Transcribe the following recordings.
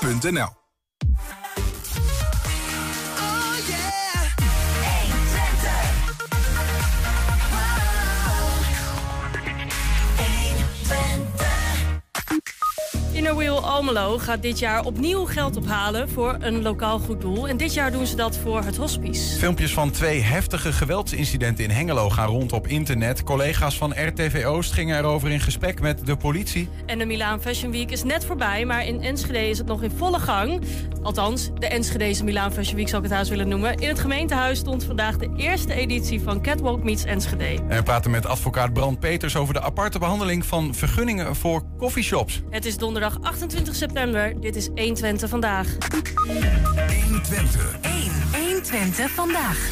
120.nl. Inner Wheel Almelo gaat dit jaar opnieuw geld ophalen voor een lokaal goed doel. En dit jaar doen ze dat voor het hospice. Filmpjes van 2 heftige geweldsincidenten in Hengelo gaan rond op internet. Collega's van RTV Oost gingen erover in gesprek met de politie. En de Milaan Fashion Week is net voorbij, maar in Enschede is het nog in volle gang. Althans, de Enschedese Milaan Fashion Week zou ik het huis willen noemen. In het gemeentehuis stond vandaag de eerste editie van Catwalk Meets Enschede. En we praten met advocaat Brand Peters over de aparte behandeling van vergunningen voor coffeeshops. Het is donderdag 28 september. Dit is 120 vandaag. 120. 120 vandaag.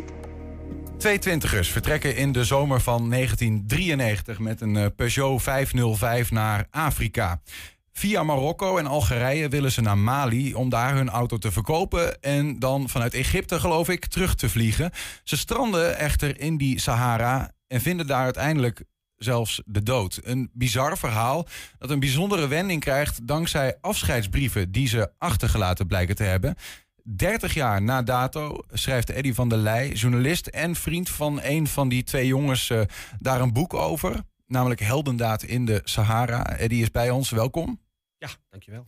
2 twintigers vertrekken in de zomer van 1993 met een Peugeot 505 naar Afrika. Via Marokko en Algerije willen ze naar Mali om daar hun auto te verkopen en dan vanuit Egypte, geloof ik, terug te vliegen. Ze stranden echter in die Sahara en vinden daar uiteindelijk zelfs de dood. Een bizar verhaal dat een bijzondere wending krijgt dankzij afscheidsbrieven die ze achtergelaten blijken te hebben. 30 jaar na dato schrijft Eddy van der Leij, journalist en vriend van een van die 2 jongens, daar een boek over. Namelijk Heldendaad in de Sahara. Eddy is bij ons, welkom. Ja, dankjewel.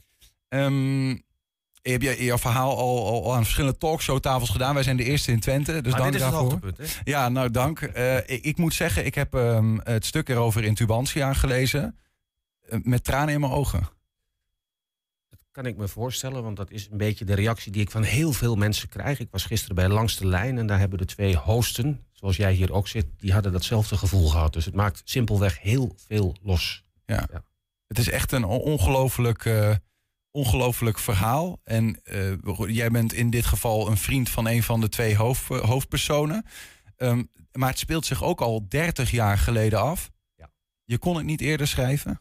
Heb je jouw verhaal al aan verschillende talkshowtafels gedaan? Wij zijn de eerste in Twente, dus dank dit is daarvoor. het hoogtepunt, hè? Ja, nou dank. Ik moet zeggen, ik heb het stuk erover in Tubantia gelezen. Met tranen in mijn ogen. Dat kan ik me voorstellen, want dat is een beetje de reactie die ik van heel veel mensen krijg. Ik was gisteren bij Langs de Lijn en daar hebben de 2 hosten, zoals jij hier ook zit, die hadden datzelfde gevoel gehad. Dus het maakt simpelweg heel veel los. Ja. Het is echt een ongelooflijk verhaal. En jij bent in dit geval een vriend van een van de 2 hoofdpersonen. Maar het speelt zich ook al 30 jaar geleden af. Ja. Je kon het niet eerder schrijven?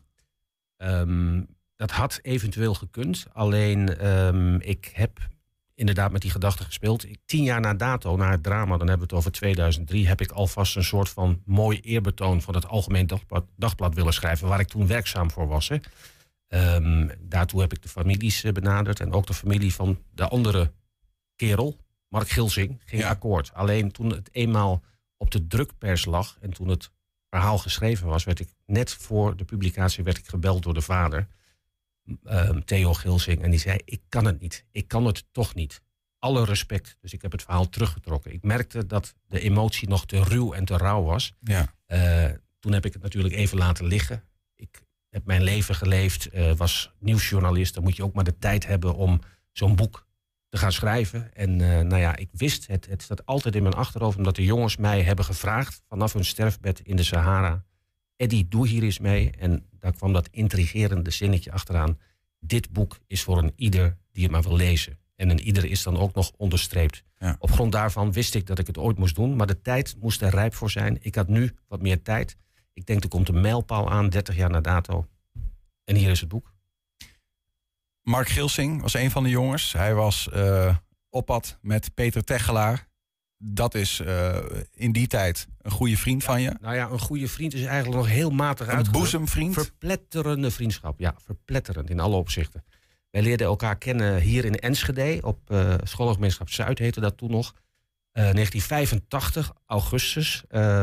Dat had eventueel gekund. Alleen ik heb inderdaad met die gedachte gespeeld. 10 jaar na dato, na het drama, dan hebben we het over 2003... heb ik alvast een soort van mooi eerbetoon van het Algemeen Dagblad willen schrijven, waar ik toen werkzaam voor was. Hè. Daartoe heb ik de families benaderd en ook de familie van de andere kerel, Mark Gilsing, ging akkoord. Alleen toen het eenmaal op de drukpers lag en toen het verhaal geschreven was, werd ik net voor de publicatie gebeld door de vader, Theo Gilsing, en die zei: ik kan het niet, ik kan het toch niet. Alle respect, dus ik heb het verhaal teruggetrokken. Ik merkte dat de emotie nog te ruw en te rauw was. Ja. Toen heb ik het natuurlijk even laten liggen. Ik heb mijn leven geleefd, was nieuwsjournalist. Dan moet je ook maar de tijd hebben om zo'n boek te gaan schrijven. En ik wist, het staat altijd in mijn achterhoofd, omdat de jongens mij hebben gevraagd vanaf hun sterfbed in de Sahara: Eddy, doe hier eens mee. En daar kwam dat intrigerende zinnetje achteraan: dit boek is voor een ieder die het maar wil lezen. En een ieder is dan ook nog onderstreept. Ja. Op grond daarvan wist ik dat ik het ooit moest doen, maar de tijd moest er rijp voor zijn. Ik had nu wat meer tijd. Ik denk, er komt een mijlpaal aan, 30 jaar na dato. En hier is het boek. Mark Gilsing was een van de jongens. Hij was op pad met Peter Tegelaar. Dat is in die tijd een goede vriend van je. Nou ja, een goede vriend is eigenlijk nog heel matig uitgedrukt. Een boezemvriend? Verpletterende vriendschap, ja. Verpletterend in alle opzichten. Wij leerden elkaar kennen hier in Enschede. Op schoolgemeenschap Zuid heette dat toen nog. 1985, augustus.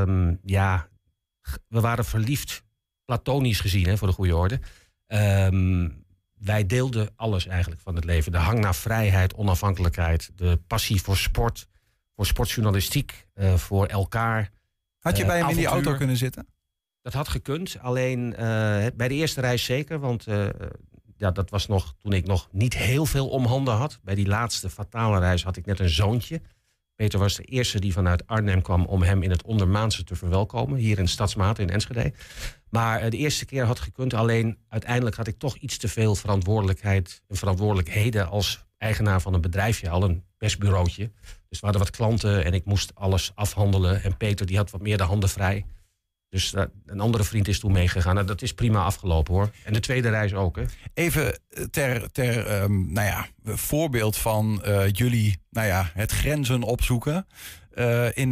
We waren verliefd. Platonisch gezien, hè, voor de goede orde. Wij deelden alles eigenlijk van het leven. De hang naar vrijheid, onafhankelijkheid. De passie voor sport. Voor sportjournalistiek. Voor elkaar. Had je bij hem in die auto kunnen zitten? Dat had gekund. Alleen bij de eerste reis zeker. Want dat was nog toen ik nog niet heel veel om handen had. Bij die laatste fatale reis had ik net een zoontje. Peter was de eerste die vanuit Arnhem kwam om hem in het Ondermaanse te verwelkomen. Hier in Stadsmaten in Enschede. Maar de eerste keer had gekund. Alleen uiteindelijk had ik toch iets te veel verantwoordelijkheid en verantwoordelijkheden als eigenaar van een bedrijfje, al een persbureautje. Dus we hadden wat klanten en ik moest alles afhandelen. En Peter die had wat meer de handen vrij. Dus een andere vriend is toen meegegaan. En dat is prima afgelopen, hoor. En de tweede reis ook, hè. Even ter voorbeeld van jullie het grenzen opzoeken. In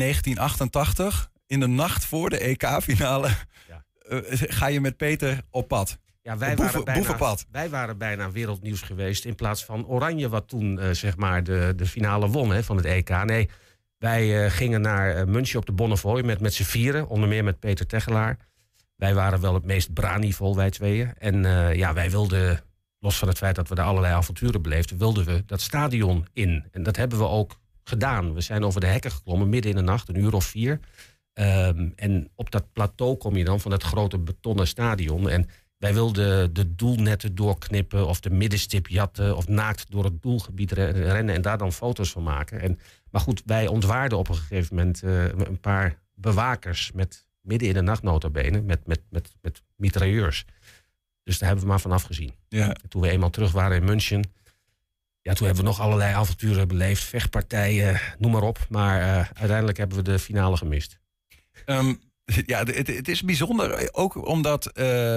1988, in de nacht voor de EK-finale, ga je met Peter op pad. Ja, boevenpad. Wij waren bijna wereldnieuws geweest in plaats van Oranje, wat toen zeg maar de finale won van het EK. Nee, wij gingen naar München op de Bonnefoy met z'n vieren, onder meer met Peter Tegelaar. Wij waren wel het meest branivol, wij tweeën. En wij wilden, los van het feit dat we daar allerlei avonturen beleefden, wilden we dat stadion in. En dat hebben we ook gedaan. We zijn over de hekken geklommen, midden in de nacht, 1 uur of 4. En op dat plateau kom je dan van dat grote betonnen stadion. En wij wilden de doelnetten doorknippen of de middenstip jatten of naakt door het doelgebied rennen en daar dan foto's van maken. Maar goed, wij ontwaarden op een gegeven moment een paar bewakers midden in de nacht nota bene met mitrailleurs. Dus daar hebben we maar van afgezien. Ja. Toen we eenmaal terug waren in München, ja, toen hebben we nog allerlei avonturen beleefd, vechtpartijen, noem maar op. Maar uiteindelijk hebben we de finale gemist. Het is bijzonder, ook omdat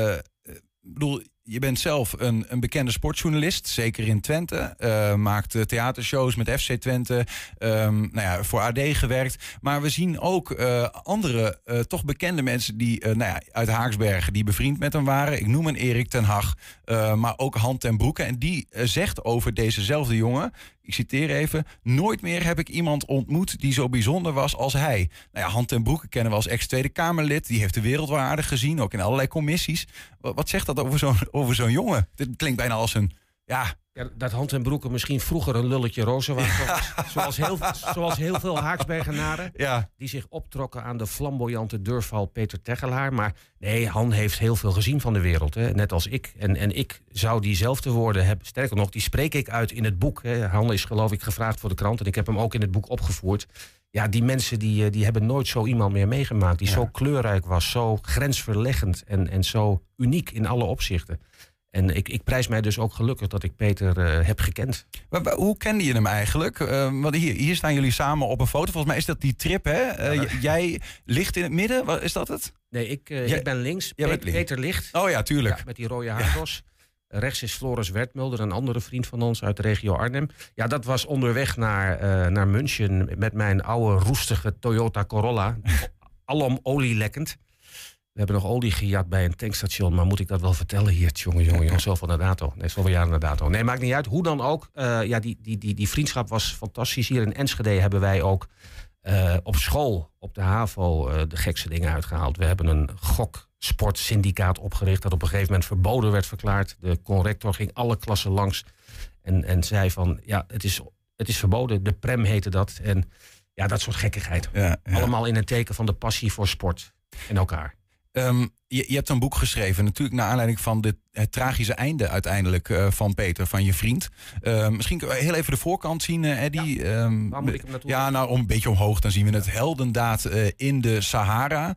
je bent zelf een bekende sportjournalist, zeker in Twente. Maakt theatershows met FC Twente, voor AD gewerkt. Maar we zien ook andere toch bekende mensen die uit Haaksbergen die bevriend met hem waren. Ik noem een Erik ten Hag, maar ook Han ten Broeke. En die zegt over dezezelfde jongen, ik citeer even: nooit meer heb ik iemand ontmoet die zo bijzonder was als hij. Han ten Broeke kennen we als ex-Tweede Kamerlid. Die heeft de wereld wel aardig gezien, ook in allerlei commissies. Wat zegt dat over zo'n jongen? Dit klinkt bijna als een... Ja, dat Han ten Broeke misschien vroeger een lulletje rozenwater was. Zoals heel veel Haaksbergenaren. Ja. Die zich optrokken aan de flamboyante durfval Peter Tegelaar. Maar nee, Han heeft heel veel gezien van de wereld. Hè, net als ik. En ik zou diezelfde woorden hebben. Sterker nog, die spreek ik uit in het boek. Hè. Han is geloof ik gevraagd voor de krant. En ik heb hem ook in het boek opgevoerd. Ja, die mensen die hebben nooit zo iemand meer meegemaakt. Die zo kleurrijk was, zo grensverleggend en zo uniek in alle opzichten. En ik prijs mij dus ook gelukkig dat ik Peter heb gekend. Maar hoe kende je hem eigenlijk? Want hier staan jullie samen op een foto. Volgens mij is dat die trip, hè? Jij ligt in het midden, is dat het? Nee, ik ben links. Peter ligt. Oh ja, tuurlijk. Ja, met die rode haardos. Ja. Rechts is Floris Wertmulder, een andere vriend van ons uit de regio Arnhem. Ja, dat was onderweg naar München met mijn oude roestige Toyota Corolla. Alom olielekkend. We hebben nog olie gejat bij een tankstation. Maar moet ik dat wel vertellen hier? Jongen, zoveel naar dato. Nee, zoveel jaren naar dato. Nee, maakt niet uit. Hoe dan ook. Die vriendschap was fantastisch. Hier in Enschede hebben wij ook op school, op de HAVO, de gekste dingen uitgehaald. We hebben een goksportsyndicaat opgericht dat op een gegeven moment verboden werd verklaard. De conrector ging alle klassen langs en zei van, ja, het is verboden. De Prem heette dat. En ja, dat soort gekkigheid. Ja. Allemaal in het teken van de passie voor sport en elkaar. Je hebt een boek geschreven, natuurlijk naar aanleiding van het tragische einde uiteindelijk van Peter, van je vriend. Misschien kunnen we heel even de voorkant zien, Eddy. Ja. Waar moet ik hem naartoe? Een beetje omhoog, dan zien we het heldendaad in de Sahara.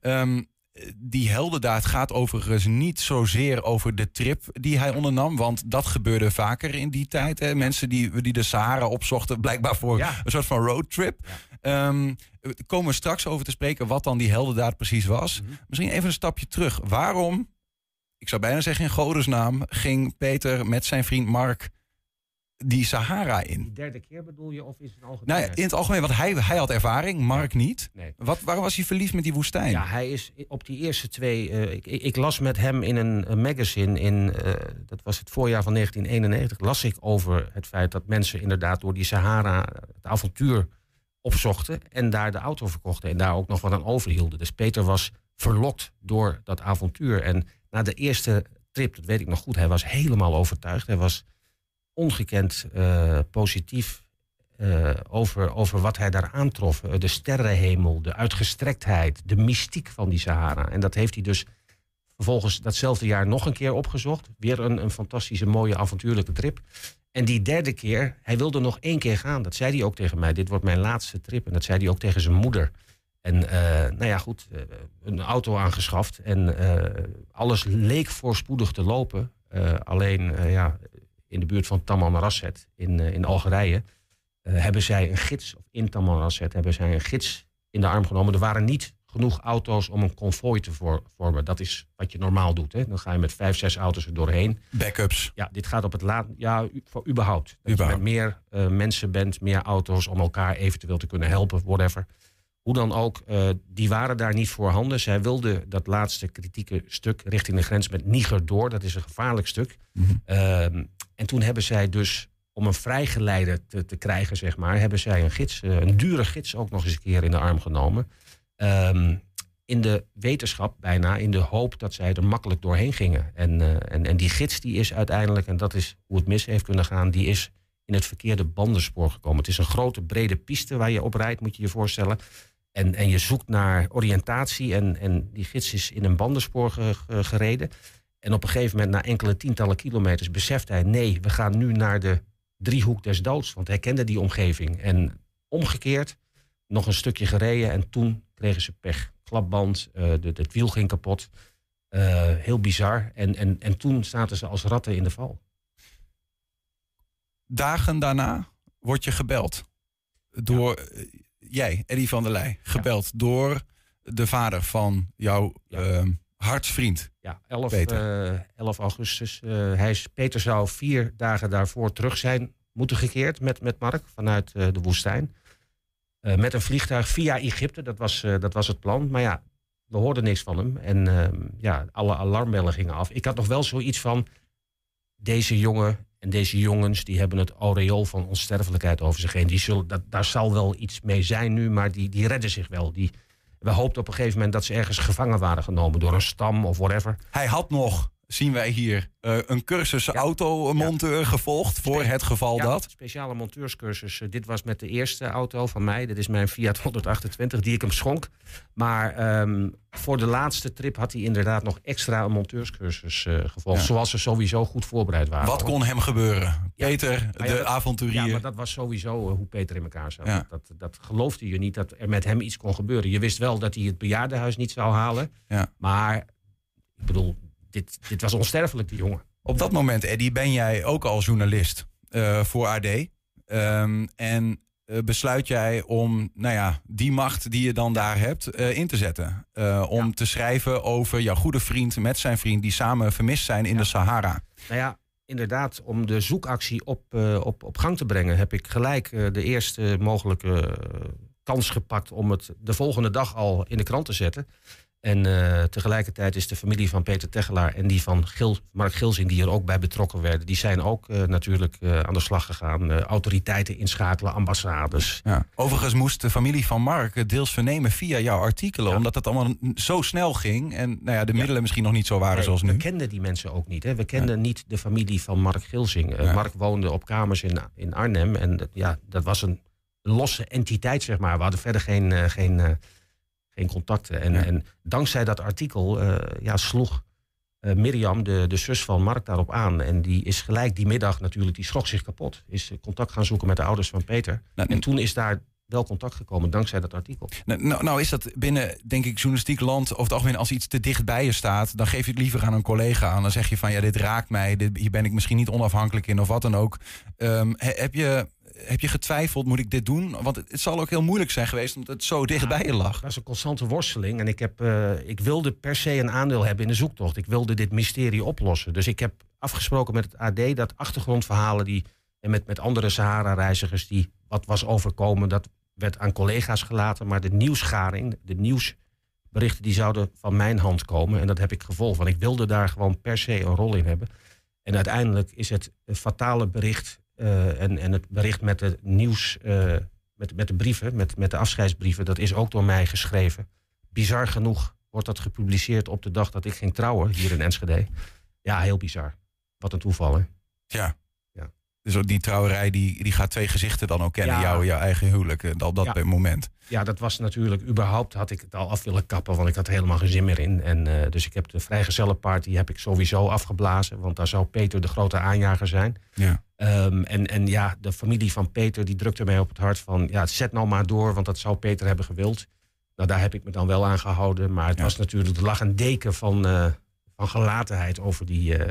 Die heldendaad gaat overigens niet zozeer over de trip die hij ondernam. Want dat gebeurde vaker in die tijd. Hè? Mensen die de Sahara opzochten, blijkbaar voor een soort van roadtrip. Ja. Komen we straks over te spreken wat dan die heldendaad precies was. Mm-hmm. Misschien even een stapje terug. Waarom, ik zou bijna zeggen in godesnaam, ging Peter met zijn vriend Mark die Sahara in? Die derde keer bedoel je, of is het algemeen? Nou ja, in het algemeen, want hij had ervaring, Mark niet. Nee. Waarom was hij verliefd met die woestijn? Ja, hij is op die eerste 2... Ik las met hem in een magazine, dat was het voorjaar van 1991... las ik over het feit dat mensen inderdaad door die Sahara het avontuur opzochten en daar de auto verkochten en daar ook nog wat aan overhielden. Dus Peter was verlokt door dat avontuur. En na de eerste trip, dat weet ik nog goed, hij was helemaal overtuigd. Hij was ongekend positief over wat hij daar aantrof. De sterrenhemel, de uitgestrektheid, de mystiek van die Sahara. En dat heeft hij dus vervolgens datzelfde jaar nog een keer opgezocht. Weer een fantastische, mooie, avontuurlijke trip. En die derde keer, hij wilde nog 1 keer gaan. Dat zei hij ook tegen mij. Dit wordt mijn laatste trip. En dat zei hij ook tegen zijn moeder. En een auto aangeschaft. En alles leek voorspoedig te lopen. Alleen in de buurt van Tamanrasset in Algerije hebben zij een gids, of in Tamanrasset hebben zij een gids in de arm genomen. Er waren niet genoeg auto's om een konvooi te vormen. Dat is wat je normaal doet. Hè? Dan ga je met 5, 6 auto's er doorheen. Backups. Ja, dit gaat op het laat. Ja, voor überhaupt. Dat je met meer mensen bent, meer auto's om elkaar eventueel te kunnen helpen, whatever. Hoe dan ook, die waren daar niet voorhanden. Zij wilden dat laatste kritieke stuk richting de grens met Niger door. Dat is een gevaarlijk stuk. Mm-hmm. En toen hebben zij dus, om een vrijgeleide te krijgen, zeg maar, hebben zij een gids, een dure gids ook nog eens een keer in de arm genomen. In de wetenschap bijna, in de hoop dat zij er makkelijk doorheen gingen. En die gids die is uiteindelijk, en dat is hoe het mis heeft kunnen gaan, die is in het verkeerde bandenspoor gekomen. Het is een grote brede piste waar je op rijdt, moet je je voorstellen. En je zoekt naar oriëntatie en die gids is in een bandenspoor gereden. En op een gegeven moment, na enkele tientallen kilometers, beseft hij, nee, we gaan nu naar de driehoek des doods. Want hij kende die omgeving. En omgekeerd, nog een stukje gereden en toen kregen ze pech. Klapband, het wiel ging kapot. Heel bizar. En toen zaten ze als ratten in de val. Dagen daarna word je gebeld door jij, Eddy van der Leij, gebeld door de vader van jouw hartsvriend. Ja, 11 augustus. Peter zou 4 dagen daarvoor terug zijn moeten gekeerd met Mark vanuit de woestijn. Met een vliegtuig via Egypte, dat was het plan. Maar ja, we hoorden niks van hem. En alle alarmbellen gingen af. Ik had nog wel zoiets van, deze jongen en deze jongens, die hebben het aureool van onsterfelijkheid over zich heen. Daar zal wel iets mee zijn nu, maar die redden zich wel. We hoopten op een gegeven moment dat ze ergens gevangen waren genomen door een stam of whatever. Hij had nog, zien wij hier, een cursus automonteur gevolgd voor het geval dat. Speciale monteurscursus. Dit was met de eerste auto van mij. Dat is mijn Fiat 128 die ik hem schonk. Maar voor de laatste trip had hij inderdaad nog extra een monteurscursus gevolgd. Ja. Zoals ze sowieso goed voorbereid waren. Wat kon hem gebeuren? Peter, de avonturier. Ja, maar dat was sowieso hoe Peter in elkaar zat. Ja. Dat geloofde je niet dat er met hem iets kon gebeuren. Je wist wel dat hij het bejaardenhuis niet zou halen. Ja. Maar ik bedoel, dit was onsterfelijk, die jongen. Op dat moment, Eddy, ben jij ook al journalist voor AD. En besluit jij om die macht die je dan daar hebt in te zetten. Om te schrijven over jouw goede vriend met zijn vriend die samen vermist zijn in de Sahara. Nou ja, inderdaad, om de zoekactie op gang te brengen heb ik gelijk de eerste mogelijke kans gepakt om het de volgende dag al in de krant te zetten. En tegelijkertijd is de familie van Peter Tegelaar en die van Mark Gilsing, die er ook bij betrokken werden, die zijn ook natuurlijk aan de slag gegaan. Autoriteiten inschakelen, ambassades. Ja. Overigens moest de familie van Mark het deels vernemen via jouw artikelen, omdat het allemaal zo snel ging en de middelen misschien nog niet zo waren zoals nu. We kenden die mensen ook niet. Hè. We kenden niet de familie van Mark Gilsing. Mark woonde op kamers in Arnhem en dat was een losse entiteit, zeg maar. We hadden verder geen contacten. En dankzij dat artikel sloeg Mirjam, de zus van Mark, daarop aan. En die is gelijk die middag natuurlijk, die schrok zich kapot. Is contact gaan zoeken met de ouders van Peter. En toen is daar wel contact gekomen dankzij dat artikel. Nou is dat binnen, denk ik, journalistiek land over het algemeen, als iets te dicht bij je staat, dan geef je het liever aan een collega aan. Dan zeg je van, dit raakt mij, hier ben ik misschien niet onafhankelijk in of wat dan ook. Heb je getwijfeld, moet ik dit doen? Want het zal ook heel moeilijk zijn geweest, omdat het zo dicht bij je lag. Dat was een constante worsteling. En ik wilde per se een aandeel hebben in de zoektocht. Ik wilde dit mysterie oplossen. Dus ik heb afgesproken met het AD dat achtergrondverhalen en met andere Sahara-reizigers die wat was overkomen, dat werd aan collega's gelaten. Maar de nieuwsgaring, de nieuwsberichten, die zouden van mijn hand komen. En dat heb ik gevolgd. Want ik wilde daar gewoon per se een rol in hebben. En uiteindelijk is het fatale bericht en het bericht met de nieuws, met de brieven, met de afscheidsbrieven, dat is ook door mij geschreven. Bizar genoeg wordt dat gepubliceerd op de dag dat ik ging trouwen hier in Enschede. Ja, heel bizar. Wat een toeval, hè? Ja. Dus die trouwerij die gaat 2 gezichten dan ook kennen, jouw eigen huwelijk, dat moment. Ja, dat was natuurlijk, überhaupt had ik het al af willen kappen, want ik had er helemaal geen zin meer in. En dus ik heb de vrijgezellenparty heb ik sowieso afgeblazen, want daar zou Peter de grote aanjager zijn. Ja. De familie van Peter die drukte mij op het hart van, zet nou maar door, want dat zou Peter hebben gewild. Nou, daar heb ik me dan wel aan gehouden, maar het was natuurlijk, er lag een deken van gelatenheid over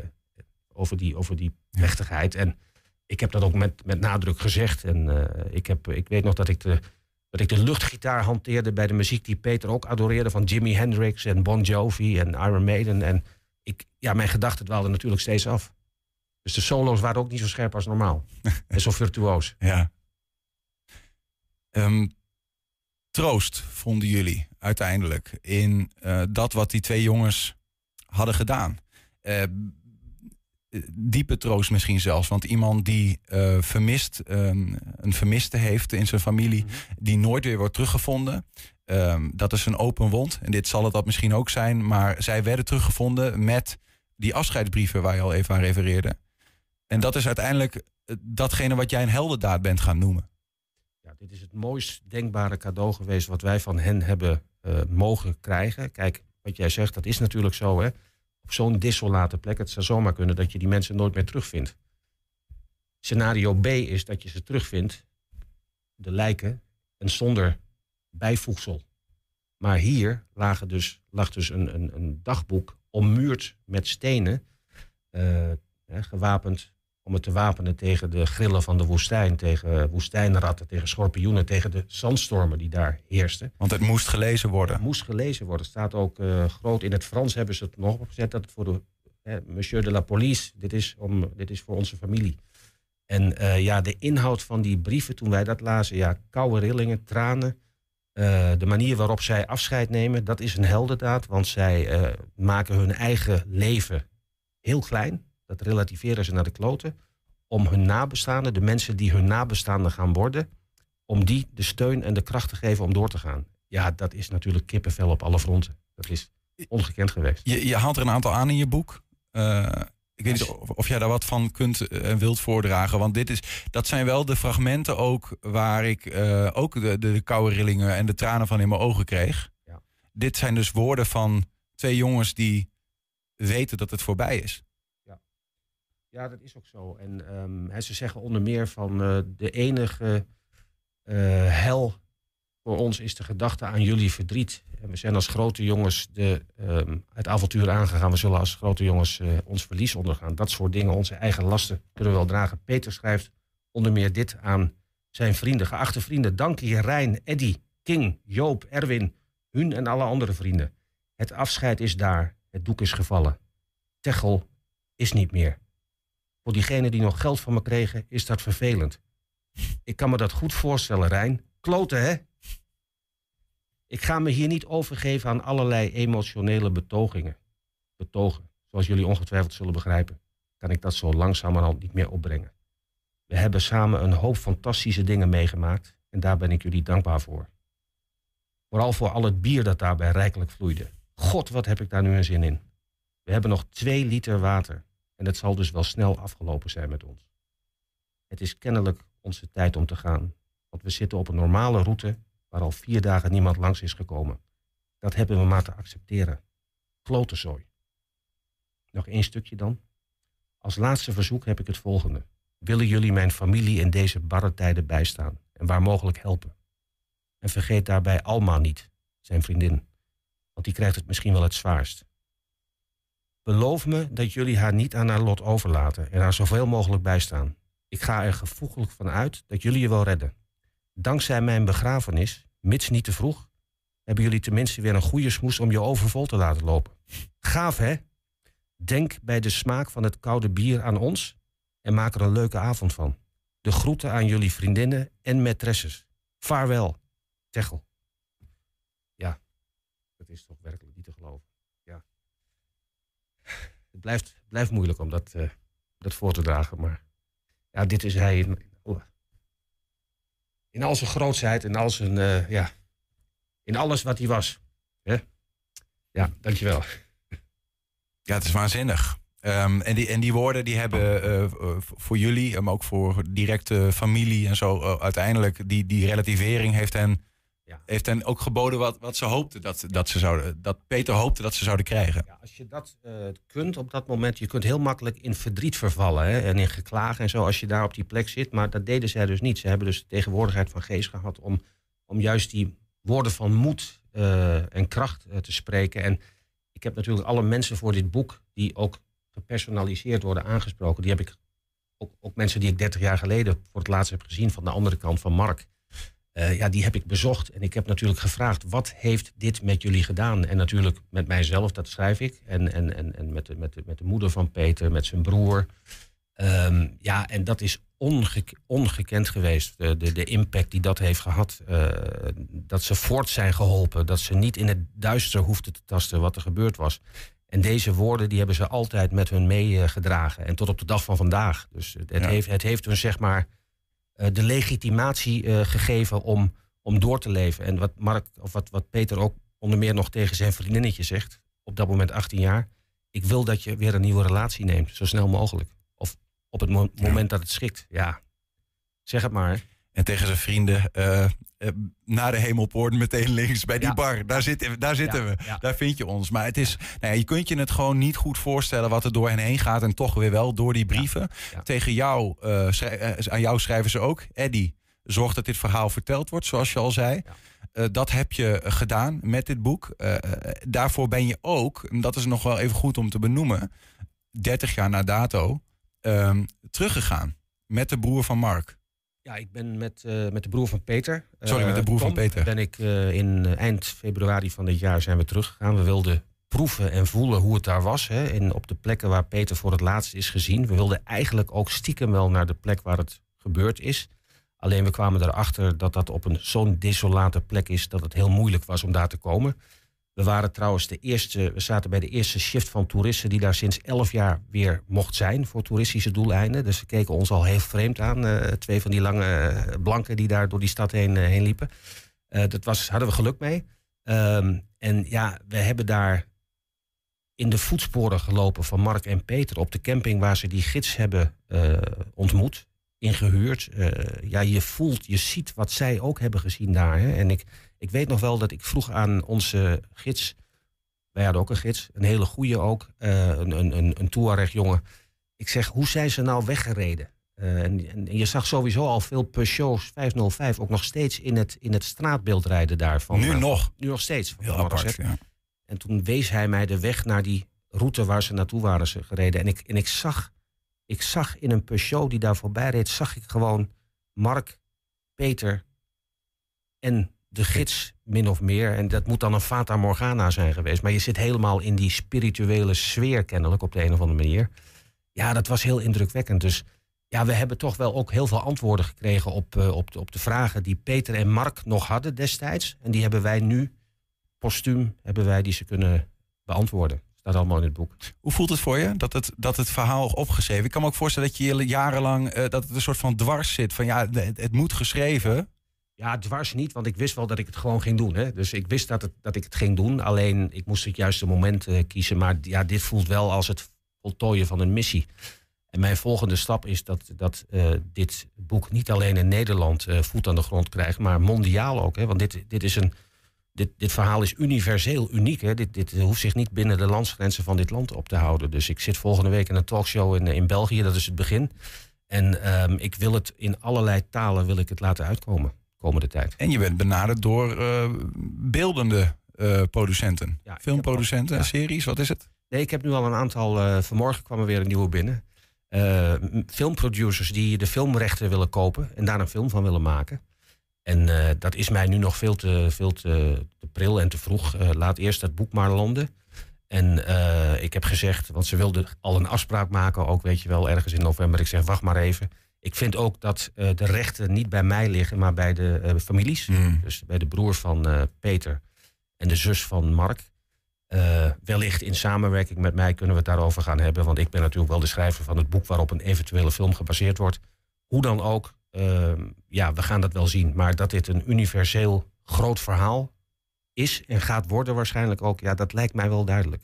die plechtigheid. En ik heb dat ook met nadruk gezegd. En ik weet nog dat ik de luchtgitaar hanteerde bij de muziek die Peter ook adoreerde, van Jimi Hendrix en Bon Jovi en Iron Maiden. En mijn gedachten dwaalden natuurlijk steeds af. Dus de solo's waren ook niet zo scherp als normaal. En zo virtuoos. Ja. troost vonden jullie uiteindelijk in dat wat die 2 jongens hadden gedaan? Diepe troost misschien zelfs. Want iemand die een vermiste heeft in zijn familie, die nooit weer wordt teruggevonden. Dat is een open wond. En dit zal het dat misschien ook zijn. Maar zij werden teruggevonden met die afscheidsbrieven waar je al even aan refereerde. En dat is uiteindelijk datgene wat jij een heldendaad bent gaan noemen. Ja, dit is het mooist denkbare cadeau geweest wat wij van hen hebben mogen krijgen. Kijk, wat jij zegt, dat is natuurlijk zo, hè. Op zo'n desolate plek, het zou zomaar kunnen dat je die mensen nooit meer terugvindt. Scenario B is dat je ze terugvindt, de lijken, en zonder bijvoegsel. Maar hier lag dus een dagboek ommuurd met stenen, gewapend om het te wapenen tegen de grillen van de woestijn, tegen woestijnratten, tegen schorpioenen, tegen de zandstormen die daar heersten. Want het moest gelezen worden. Het moest gelezen worden. Het staat ook groot in het Frans, hebben ze het nog opgezet, dat het voor de Monsieur de la Police, dit is voor onze familie. En de inhoud van die brieven, toen wij dat lazen, koude rillingen, tranen. De manier waarop zij afscheid nemen, dat is een heldendaad. Want zij maken hun eigen leven heel klein. Dat relativeren ze naar de kloten. Om hun nabestaanden, de mensen die hun nabestaanden gaan worden, om die de steun en de kracht te geven om door te gaan. Ja, dat is natuurlijk kippenvel op alle fronten. Dat is ongekend geweest. Je haalt er een aantal aan in je boek. Ik weet niet of jij daar wat van kunt en wilt voordragen. Want dat zijn wel de fragmenten ook waar ik ook de koude rillingen en de tranen van in mijn ogen kreeg. Ja. Dit zijn dus woorden van 2 jongens die weten dat het voorbij is. Ja, dat is ook zo. En ze zeggen onder meer van de enige hel voor ons is de gedachte aan jullie verdriet. En we zijn als grote jongens het avontuur aangegaan. We zullen als grote jongens ons verlies ondergaan. Dat soort dingen, onze eigen lasten kunnen we wel dragen. Peter schrijft onder meer dit aan zijn vrienden. Geachte vrienden, Dankie, Rijn, Eddy, King, Joop, Erwin, hun en alle andere vrienden. Het afscheid is daar. Het doek is gevallen. Techel is niet meer. Voor diegenen die nog geld van me kregen, is dat vervelend. Ik kan me dat goed voorstellen, Rijn. Kloten, hè? Ik ga me hier niet overgeven aan allerlei emotionele betogen. Zoals jullie ongetwijfeld zullen begrijpen, kan ik dat zo langzamerhand niet meer opbrengen. We hebben samen een hoop fantastische dingen meegemaakt en daar ben ik jullie dankbaar voor. Vooral voor al het bier dat daarbij rijkelijk vloeide. God, wat heb ik daar nu een zin in. We hebben nog 2 liter water en het zal dus wel snel afgelopen zijn met ons. Het is kennelijk onze tijd om te gaan, want we zitten op een normale route waar al 4 dagen niemand langs is gekomen. Dat hebben we maar te accepteren. Klotenzooi. Nog 1 stukje dan. Als laatste verzoek heb ik het volgende. Willen jullie mijn familie in deze barre tijden bijstaan en waar mogelijk helpen? En vergeet daarbij Alma niet, zijn vriendin, want die krijgt het misschien wel het zwaarst. Beloof me dat jullie haar niet aan haar lot overlaten en haar zoveel mogelijk bijstaan. Ik ga er gevoeglijk van uit dat jullie je wel redden. Dankzij mijn begrafenis, mits niet te vroeg, hebben jullie tenminste weer een goede smoes om je overvol te laten lopen. Gaaf, hè? Denk bij de smaak van het koude bier aan ons en maak er een leuke avond van. De groeten aan jullie vriendinnen en maîtresses. Vaarwel, Techel. Ja, dat is toch werkelijk niet te geloven. Ja. Het blijft moeilijk om dat voor te dragen, maar ja, dit is hij in al zijn grootsheid, in al zijn, in alles wat hij was. Ja, dankjewel. Ja, het is waanzinnig. En die woorden die hebben voor jullie, maar ook voor directe familie en zo, uiteindelijk die relativering heeft hen ook geboden wat ze hoopten dat Peter hoopte dat ze zouden krijgen. Ja, als je dat kunt op dat moment, je kunt heel makkelijk in verdriet vervallen, hè, en in geklagen en zo als je daar op die plek zit. Maar dat deden zij dus niet. Ze hebben dus de tegenwoordigheid van geest gehad om juist die woorden van moed en kracht te spreken. En ik heb natuurlijk alle mensen voor dit boek die ook gepersonaliseerd worden aangesproken. Die heb ik ook mensen die ik 30 jaar geleden voor het laatst heb gezien van de andere kant van Mark. Die heb ik bezocht en ik heb natuurlijk gevraagd, wat heeft dit met jullie gedaan? En natuurlijk met mijzelf, dat schrijf ik. En met de moeder van Peter, met zijn broer. En dat is ongekend geweest. De impact die dat heeft gehad. Dat ze voort zijn geholpen. Dat ze niet in het duister hoefden te tasten wat er gebeurd was. En deze woorden die hebben ze altijd met hun meegedragen. En tot op de dag van vandaag. Dus het heeft hun zeg maar de legitimatie gegeven om door te leven. En wat Mark, of wat Peter ook onder meer nog tegen zijn vriendinnetje zegt. Op dat moment 18 jaar. Ik wil dat je weer een nieuwe relatie neemt. Zo snel mogelijk. Of op het moment dat het schikt. Ja, zeg het maar. En tegen zijn vrienden, naar de Hemelpoort meteen links bij die bar. Daar zitten we. Ja. Daar vind je ons. Maar het is, je kunt je het gewoon niet goed voorstellen wat er door hen heen gaat. En toch weer wel door die brieven. Ja. Ja. Tegen jou, aan jou schrijven ze ook. Eddie, zorg dat dit verhaal verteld wordt, zoals je al zei. Ja. Dat heb je gedaan met dit boek. Daarvoor ben je ook, en dat is nog wel even goed om te benoemen, 30 jaar na dato teruggegaan met de broer van Mark. Ja, ik ben met de broer van Peter. Met de broer van Peter. Ben ik in eind februari van dit jaar zijn we teruggegaan. We wilden proeven en voelen hoe het daar was. Hè, op de plekken waar Peter voor het laatst is gezien. We wilden eigenlijk ook stiekem wel naar de plek waar het gebeurd is. Alleen we kwamen erachter dat dat op zo'n desolate plek is dat het heel moeilijk was om daar te komen. We waren trouwens we zaten bij de eerste shift van toeristen die daar sinds 11 jaar weer mocht zijn voor toeristische doeleinden. Dus ze keken ons al heel vreemd aan. 2 van die lange blanken die daar door die stad heen liepen. Hadden we geluk mee. En ja, we hebben daar in de voetsporen gelopen van Mark en Peter op de camping waar ze die gids hebben ontmoet, ingehuurd. Je ziet wat zij ook hebben gezien daar. Hè? En ik weet nog wel dat ik vroeg aan onze gids, wij hadden ook een gids, een hele goeie ook, een Tuareg jongen. Ik zeg, hoe zijn ze nou weggereden? En je zag sowieso al veel Peugeots 505 ook nog steeds in het straatbeeld rijden daarvan. Nu nog steeds. Heel apart, ja. En toen wees hij mij de weg naar die route waar ze naartoe waren gereden. En ik zag in een Peugeot die daar voorbij reed, zag ik gewoon Mark, Peter en de gids min of meer. En dat moet dan een Fata Morgana zijn geweest. Maar je zit helemaal in die spirituele sfeer kennelijk op de een of andere manier. Ja, dat was heel indrukwekkend. Dus ja, we hebben toch wel ook heel veel antwoorden gekregen op de vragen die Peter en Mark nog hadden destijds. En die hebben wij nu, postuum, die ze kunnen beantwoorden. Dat allemaal in het boek. Hoe voelt het voor je dat het verhaal opgeschreven? Ik kan me ook voorstellen dat je jarenlang dat het een soort van dwars zit. Van ja, het moet geschreven. Ja, dwars niet, want ik wist wel dat ik het gewoon ging doen. Hè? Dus ik wist dat ik het ging doen. Alleen ik moest het juiste moment kiezen. Maar ja, dit voelt wel als het voltooien van een missie. En mijn volgende stap is dat dit boek niet alleen in Nederland voet aan de grond krijgt, maar mondiaal ook. Hè? Want dit verhaal is universeel uniek. Hè? Dit hoeft zich niet binnen de landsgrenzen van dit land op te houden. Dus ik zit volgende week in een talkshow in België. Dat is het begin. En ik wil het in allerlei talen laten uitkomen komende tijd. En je bent benaderd door beeldende producenten. Ja, filmproducenten, series, wat is het? Nee, ik heb nu al een aantal. Vanmorgen kwam er weer een nieuwe binnen. Filmproducers die de filmrechten willen kopen en daar een film van willen maken. En dat is mij nu nog veel te pril en te vroeg. Laat eerst dat boek maar landen. En ik heb gezegd, want ze wilden al een afspraak maken, ook weet je wel, ergens in november. Ik zeg, wacht maar even. Ik vind ook dat de rechten niet bij mij liggen, maar bij de families. Dus bij de broer van Peter en de zus van Mark. Wellicht in samenwerking met mij kunnen we het daarover gaan hebben. Want ik ben natuurlijk wel de schrijver van het boek waarop een eventuele film gebaseerd wordt. Hoe dan ook, we gaan dat wel zien. Maar dat dit een universeel groot verhaal is en gaat worden waarschijnlijk ook, ja, dat lijkt mij wel duidelijk.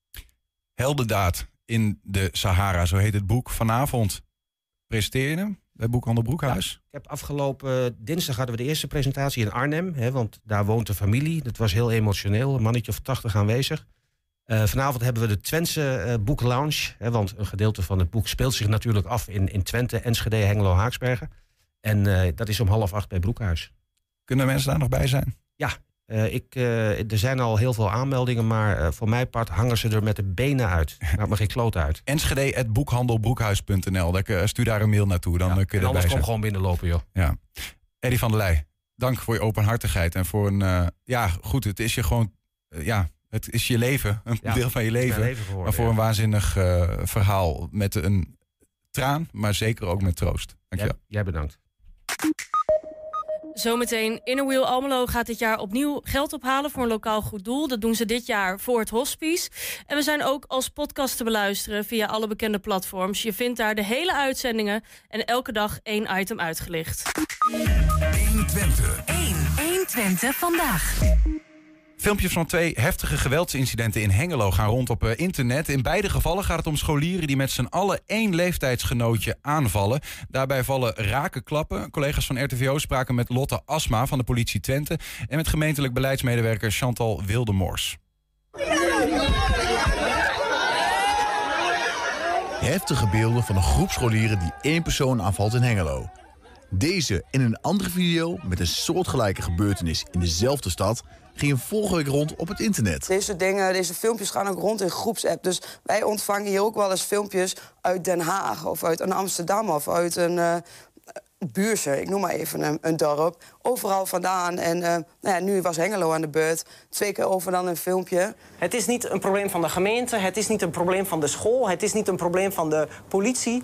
Heldendaad in de Sahara, zo heet het boek. Vanavond presenteer je hem bij Boekhandel Broekhuis. Ja, ik heb afgelopen dinsdag hadden we de eerste presentatie in Arnhem. Hè, want daar woont de familie. Dat was heel emotioneel. Een mannetje of 80 aanwezig. Vanavond hebben we de Twentse boeklounge. Hè, want een gedeelte van het boek speelt zich natuurlijk af in Twente, Enschede, Hengelo, Haaksbergen. En dat is om 7:30 bij Broekhuis. Kunnen mensen daar nog bij zijn? Ja. Er zijn al heel veel aanmeldingen, maar voor mijn part hangen ze er met de benen uit. Maakt me geen kloot uit. Enschede@boekhandelbroekhuis.nl. Stuur daar een mail naartoe, dan kun je erbij zijn. Anders kom gewoon binnenlopen, joh. Ja. Eddie van der Leij, dank voor je openhartigheid. En voor een, het is je gewoon, het is je leven, een deel van je leven. Maar voor een waanzinnig verhaal met een traan, maar zeker ook met troost. Dankjewel. Jij bedankt. Zometeen Inner Wheel Almelo gaat dit jaar opnieuw geld ophalen voor een lokaal goed doel. Dat doen ze dit jaar voor het hospice. En we zijn ook als podcast te beluisteren via alle bekende platforms. Je vindt daar de hele uitzendingen en elke dag 1 item uitgelicht. 120. 120 vandaag. Filmpjes van 2 heftige geweldsincidenten in Hengelo gaan rond op internet. In beide gevallen gaat het om scholieren die met z'n allen 1 leeftijdsgenootje aanvallen. Daarbij vallen rake klappen. Collega's van RTVO spraken met Lotte Asma van de politie Twente en met gemeentelijk beleidsmedewerker Chantal Wildemors. Heftige beelden van een groep scholieren die 1 persoon aanvalt in Hengelo. Deze en een andere video met een soortgelijke gebeurtenis in dezelfde stad gingen vorige week rond op het internet. Deze filmpjes gaan ook rond in groepsapp. Dus wij ontvangen hier ook wel eens filmpjes uit Den Haag of uit een Amsterdam of uit een Buurse, ik noem maar even een dorp. Overal vandaan. En nu was Hengelo aan de beurt. 2 keer over dan een filmpje. Het is niet een probleem van de gemeente. Het is niet een probleem van de school. Het is niet een probleem van de politie.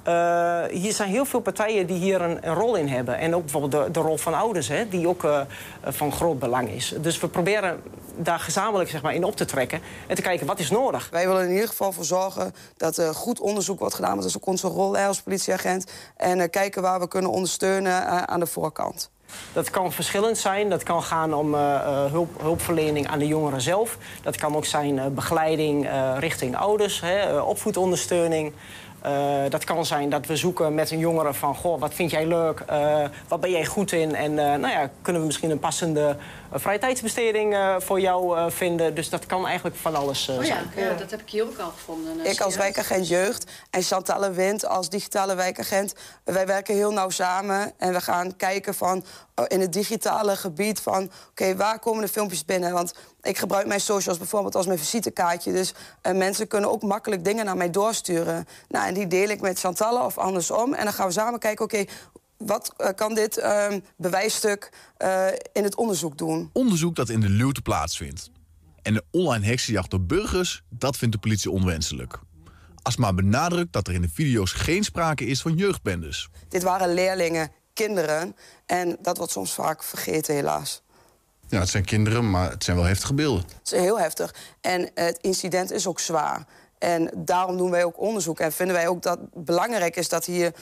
Hier zijn heel veel partijen die hier een rol in hebben. En ook bijvoorbeeld de rol van ouders, die ook van groot belang is. Dus we proberen daar gezamenlijk in op te trekken en te kijken wat is nodig. Wij willen in ieder geval voor zorgen dat er goed onderzoek wordt gedaan. Want dat is ook onze rol als politieagent. En kijken waar we kunnen ondersteunen aan de voorkant. Dat kan verschillend zijn. Dat kan gaan om hulpverlening aan de jongeren zelf. Dat kan ook zijn begeleiding richting ouders, opvoedondersteuning. Dat kan zijn dat we zoeken met een jongere van... Goh, wat vind jij leuk? Wat ben jij goed in? En kunnen we misschien een passende vrije tijdsbesteding voor jou vinden? Dus dat kan eigenlijk van alles zijn. Ja, dat heb ik hier ook al gevonden. Ik als wijkagent jeugd en Chantal Wind als digitale wijkagent... wij werken heel nauw samen en we gaan kijken van... in het digitale gebied van... oké, waar komen de filmpjes binnen? Want ik gebruik mijn socials bijvoorbeeld als mijn visitekaartje. Dus mensen kunnen ook makkelijk dingen naar mij doorsturen. Nou, en die deel ik met Chantal of andersom. En dan gaan we samen kijken, oké, wat kan dit bewijsstuk in het onderzoek doen? Onderzoek dat in de luwte plaatsvindt. En de online heksenjacht op burgers, dat vindt de politie onwenselijk. Asma benadrukt dat er in de video's geen sprake is van jeugdbendes. Dit waren leerlingen, kinderen. En dat wordt soms vaak vergeten, helaas. Ja, het zijn kinderen, maar het zijn wel heftige beelden. Het is heel heftig. En het incident is ook zwaar. En daarom doen wij ook onderzoek. En vinden wij ook dat het belangrijk is dat hier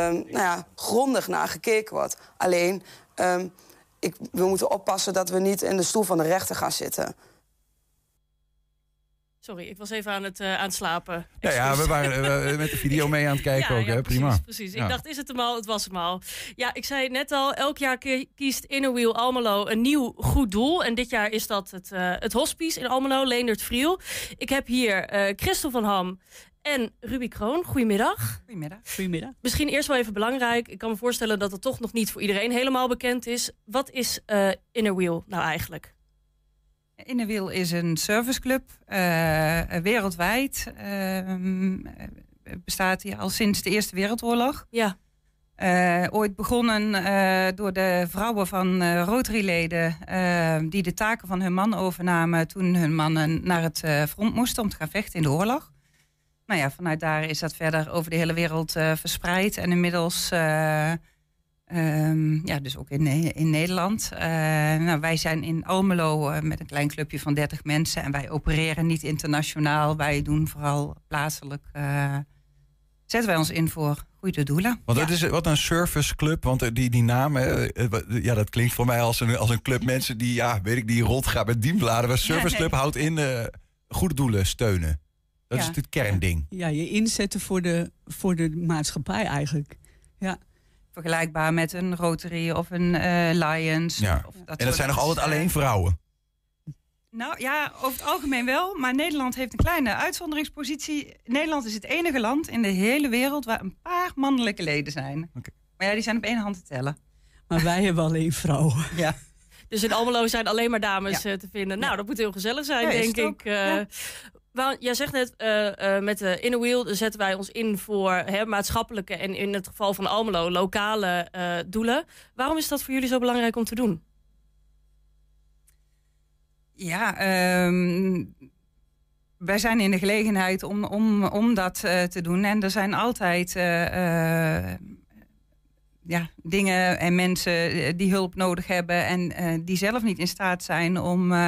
grondig naar gekeken wordt. Alleen, we moeten oppassen dat we niet in de stoel van de rechter gaan zitten. Sorry, ik was even aan het slapen. Ja, we waren met de video mee aan het kijken ook, hè? Prima. Precies. Ja. Ik dacht, is het hem al? Het was hem al. Ja, ik zei net al, elk jaar kiest Inner Wheel Almelo een nieuw goed doel. En dit jaar is dat het hospice in Almelo, Leendert Vriel. Ik heb hier Christel van Ham en Ruby Kroon. Goedemiddag. Goedemiddag. Misschien eerst wel even belangrijk. Ik kan me voorstellen dat het toch nog niet voor iedereen helemaal bekend is. Wat is Inner Wheel nou eigenlijk? Inner Wheel is een serviceclub, wereldwijd. Bestaat hier al sinds de Eerste Wereldoorlog. Ja. Ooit begonnen door de vrouwen van Rotary-leden... die de taken van hun man overnamen toen hun mannen naar het front moesten... om te gaan vechten in de oorlog. Nou ja, vanuit daar is dat verder over de hele wereld verspreid. En inmiddels... dus ook in Nederland. Wij zijn in Almelo met een klein clubje van 30 mensen. En wij opereren niet internationaal. Wij doen vooral plaatselijk... zetten wij ons in voor goede doelen. Want het is wat een serviceclub. Want die naam, dat klinkt voor mij als een club mensen die rondgaan met dienbladen. Maar serviceclub houdt in goede doelen steunen. Dat is het kernding. Ja, je inzetten voor de maatschappij eigenlijk. Ja. Vergelijkbaar met een Rotary of een Lions. Ja. En dat zijn nog altijd alleen vrouwen? Nou ja, over het algemeen wel. Maar Nederland heeft een kleine uitzonderingspositie. Nederland is het enige land in de hele wereld waar een paar mannelijke leden zijn. Okay. Maar die zijn op 1 hand te tellen. Maar wij hebben alleen vrouwen. Ja. Dus in Almelo zijn alleen maar dames te vinden. Nou, dat moet heel gezellig zijn, denk ik. Jij zegt net, met de Inner Wheel zetten wij ons in voor maatschappelijke... en in het geval van Almelo lokale doelen. Waarom is dat voor jullie zo belangrijk om te doen? Ja, wij zijn in de gelegenheid om dat te doen. En er zijn altijd dingen en mensen die hulp nodig hebben en die zelf niet in staat zijn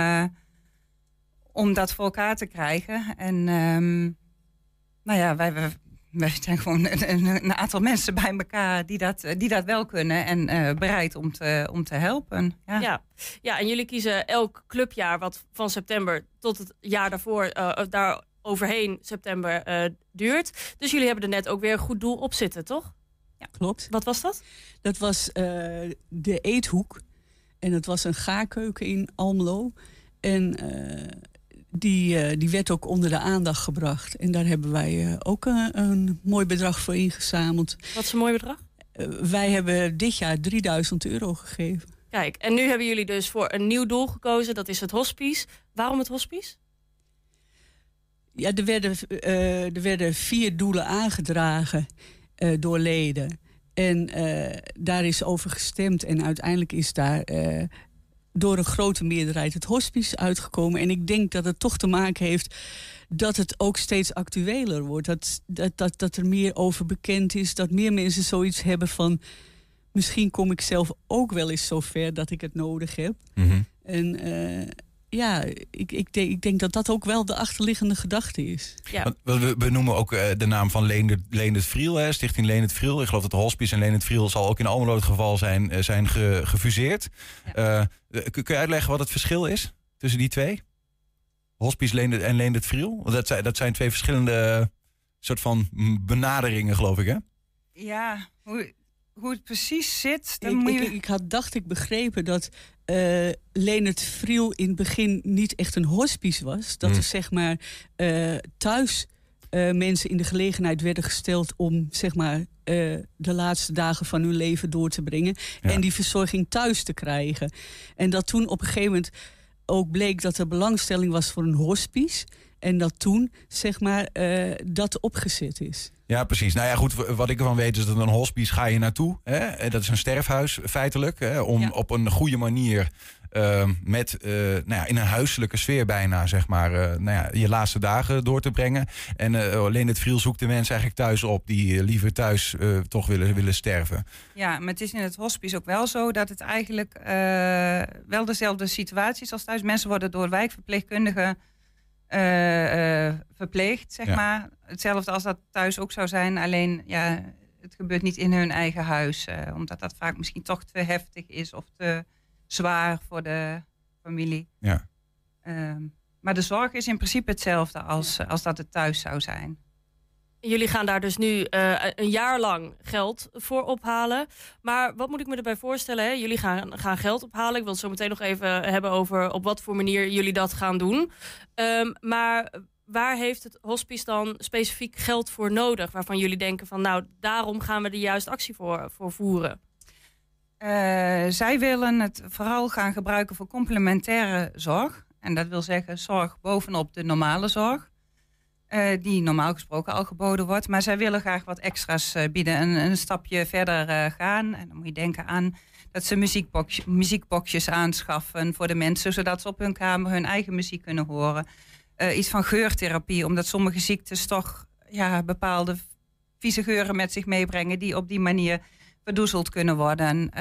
om dat voor elkaar te krijgen. En wij zijn gewoon een aantal mensen bij elkaar die dat wel kunnen en bereid om te helpen. Ja, en jullie kiezen elk clubjaar wat van september tot het jaar daarvoor, daar overheen september duurt. Dus jullie hebben er net ook weer een goed doel op zitten, toch? Ja, klopt. Wat was dat? Dat was de Eethoek. En dat was een gaarkeuken in Almelo. En die werd ook onder de aandacht gebracht. En daar hebben wij ook een mooi bedrag voor ingezameld. Wat is een mooi bedrag? Wij hebben dit jaar €3.000 gegeven. Kijk, en nu hebben jullie dus voor een nieuw doel gekozen. Dat is het hospice. Waarom het hospice? Ja, er werden 4 doelen aangedragen door leden. En daar is over gestemd. En uiteindelijk is daar door een grote meerderheid het hospice uitgekomen. En ik denk dat het toch te maken heeft dat het ook steeds actueler wordt. Dat er meer over bekend is. Dat meer mensen zoiets hebben van, misschien kom ik zelf ook wel eens zo ver dat ik het nodig heb. Mm-hmm. En ik denk dat dat ook wel de achterliggende gedachte is. Ja. We noemen ook de naam van Leendert Vriel, hè, Stichting Leendert Vriel. Ik geloof dat de hospice en Leendert Vriel zal ook in Almelo het geval zijn gefuseerd. Ja. Kun je uitleggen wat het verschil is tussen die twee? Hospice en Leendert Vriel? Dat zijn 2 verschillende soort van benaderingen, geloof ik, hè? Ja, hoe het precies zit. Ik had begrepen dat Leendert Vriel in het begin niet echt een hospice was. Dat er zeg maar thuis mensen in de gelegenheid werden gesteld om zeg maar de laatste dagen van hun leven door te brengen. Ja. En die verzorging thuis te krijgen. En dat toen op een gegeven moment ook bleek dat er belangstelling was voor een hospice. En dat toen, zeg maar, dat opgezet is. Ja, precies. Nou ja, goed, wat ik ervan weet is dat een hospice ga je naartoe. Hè? Dat is een sterfhuis, feitelijk. Hè? Om op een goede manier in een huiselijke sfeer bijna, zeg maar, je laatste dagen door te brengen. En Leendert Vriel zoekt de mensen eigenlijk thuis op die liever thuis toch willen sterven. Ja, maar het is in het hospice ook wel zo dat het eigenlijk wel dezelfde situatie is als thuis. Mensen worden door wijkverpleegkundigen verpleegd, zeg maar. Hetzelfde als dat thuis ook zou zijn. Alleen, het gebeurt niet in hun eigen huis. Omdat dat vaak misschien toch te heftig is of te zwaar voor de familie. Ja. Maar de zorg is in principe hetzelfde als dat het thuis zou zijn. Jullie gaan daar dus nu een jaar lang geld voor ophalen. Maar wat moet ik me erbij voorstellen? Hè? Jullie gaan geld ophalen. Ik wil het zo meteen nog even hebben over op wat voor manier jullie dat gaan doen. Maar waar heeft het hospice dan specifiek geld voor nodig? Waarvan jullie denken van, nou, daarom gaan we de juiste actie voor voeren. Zij willen het vooral gaan gebruiken voor complementaire zorg. En dat wil zeggen zorg bovenop de normale zorg. Die normaal gesproken al geboden wordt. Maar zij willen graag wat extra's bieden. Een stapje verder gaan. En dan moet je denken aan dat ze muziekboxjes aanschaffen voor de mensen. Zodat ze op hun kamer hun eigen muziek kunnen horen. Iets van geurtherapie. Omdat sommige ziektes toch bepaalde vieze geuren met zich meebrengen. Die op die manier verdoezeld kunnen worden.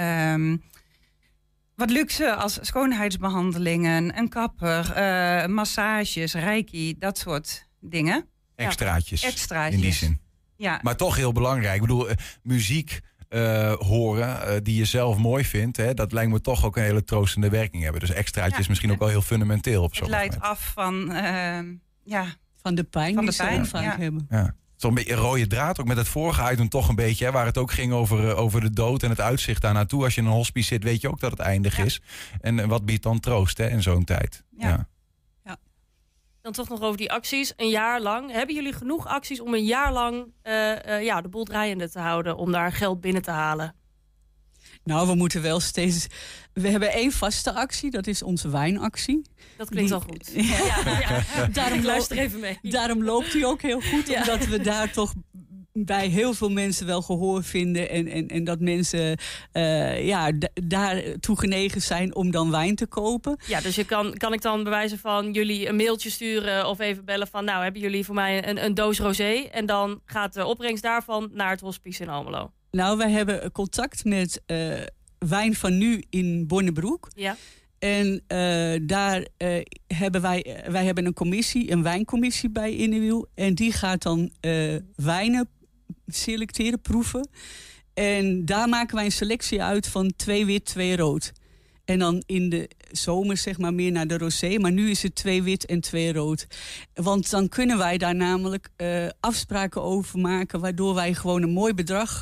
Wat luxe als schoonheidsbehandelingen. Een kapper. Massages, reiki. Dat soort dingen. Extraatjes. In die zin. Ja. Maar toch heel belangrijk. Ik bedoel, muziek horen die je zelf mooi vindt. Hè, dat lijkt me toch ook een hele troostende werking hebben. Dus extraatjes misschien ook wel heel fundamenteel op zo'n moment. Het leidt af van de pijn die ze vaak hebben. Ja. Zo'n beetje een rode draad, ook met het vorige item toch een beetje. Hè, waar het ook ging over de dood en het uitzicht daar naartoe. Als je in een hospice zit, weet je ook dat het eindig is. En wat biedt dan troost, hè, in zo'n tijd? Ja. Dan toch nog over die acties. Een jaar lang. Hebben jullie genoeg acties om een jaar lang de boel draaiende te houden? Om daar geld binnen te halen? Nou, we moeten wel steeds... We hebben 1 vaste actie, dat is onze wijnactie. Dat klinkt al goed. Daarom luister even mee. Daarom loopt die ook heel goed, omdat we daar toch bij heel veel mensen wel gehoor vinden. En dat mensen daartoe genegen zijn om dan wijn te kopen. Ja, dus kan ik dan bij wijze van jullie een mailtje sturen of even bellen van, nou, hebben jullie voor mij een doos rosé? En dan gaat de opbrengst daarvan naar het hospice in Almelo. Nou, wij hebben contact met Wijn van Nu in Bonnebroek. Ja. En daar hebben wij hebben een wijncommissie bij Innerwiel. En die gaat dan wijnen selecteren, proeven. En daar maken wij een selectie uit van 2 wit, 2 rood. En dan in de zomer zeg maar meer naar de rosé. Maar nu is het 2 wit en 2 rood. Want dan kunnen wij daar namelijk afspraken over maken, waardoor wij gewoon een mooi bedrag,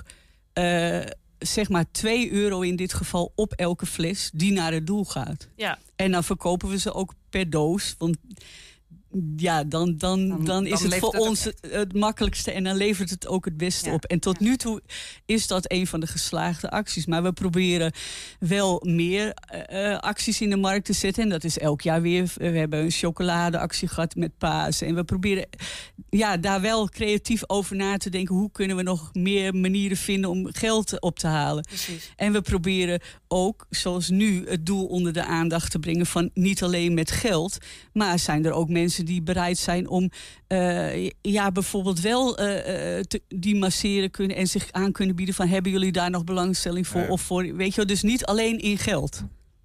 zeg maar €2 in dit geval, op elke fles die naar het doel gaat. Ja. En dan verkopen we ze ook per doos. Want ja, dan is het voor ons het makkelijkste en dan levert het ook het beste op. En tot nu toe is dat een van de geslaagde acties. Maar we proberen wel meer acties in de markt te zetten. En dat is elk jaar weer. We hebben een chocoladeactie gehad met Pasen. En we proberen daar wel creatief over na te denken. Hoe kunnen we nog meer manieren vinden om geld op te halen? Precies. En we proberen ook, zoals nu, het doel onder de aandacht te brengen van niet alleen met geld, maar zijn er ook mensen die bereid zijn om bijvoorbeeld wel die masseren kunnen en zich aan kunnen bieden van hebben jullie daar nog belangstelling voor of voor, weet je wel, dus niet alleen in geld.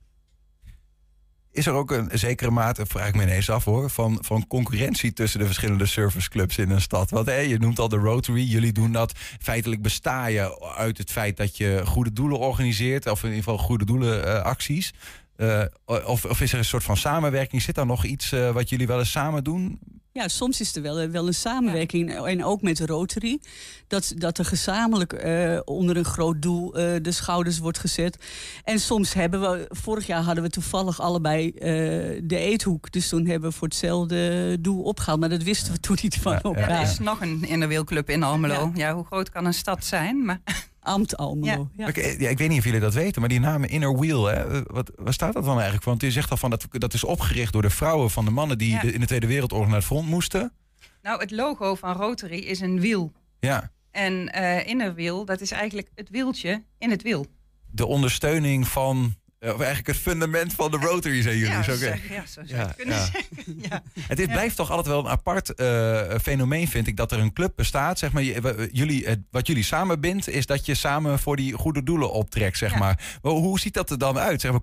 Is er ook een zekere mate, vraag ik me ineens af hoor, van concurrentie tussen de verschillende serviceclubs in een stad? Want je noemt al de Rotary, jullie doen dat. Feitelijk besta je uit het feit dat je goede doelen organiseert, of in ieder geval goede doelenacties. Of is er een soort van samenwerking? Zit daar nog iets wat jullie wel eens samen doen? Ja, soms is er wel een samenwerking. Ja. En ook met de Rotary. Dat er gezamenlijk onder een groot doel de schouders wordt gezet. En soms vorig jaar hadden we toevallig allebei de eethoek. Dus toen hebben we voor hetzelfde doel opgehaald. Maar dat wisten we toen niet van elkaar. Er is nog een Innerwielclub in Almelo. Ja, hoe groot kan een stad zijn? Maar Ambt Almelo. Ja. Ik weet niet of jullie dat weten, maar die naam Innerwiel, waar staat dat dan eigenlijk van? Want je zegt al van dat is opgericht door de vrouwen van de mannen die in de Tweede Wereldoorlog naar het front moesten. Nou, het logo van Rotary is een wiel. Ja. En Innerwiel, dat is eigenlijk het wieltje in het wiel. De ondersteuning van, of eigenlijk het fundament van de Rotary, zijn jullie. Ja, zo zou je het kunnen zeggen. Ja. Het blijft toch altijd wel een apart fenomeen, vind ik, dat er een club bestaat. Zeg maar, wat jullie samenbindt, is dat je samen voor die goede doelen optrekt. Zeg maar. Maar hoe ziet dat er dan uit? Zeg maar,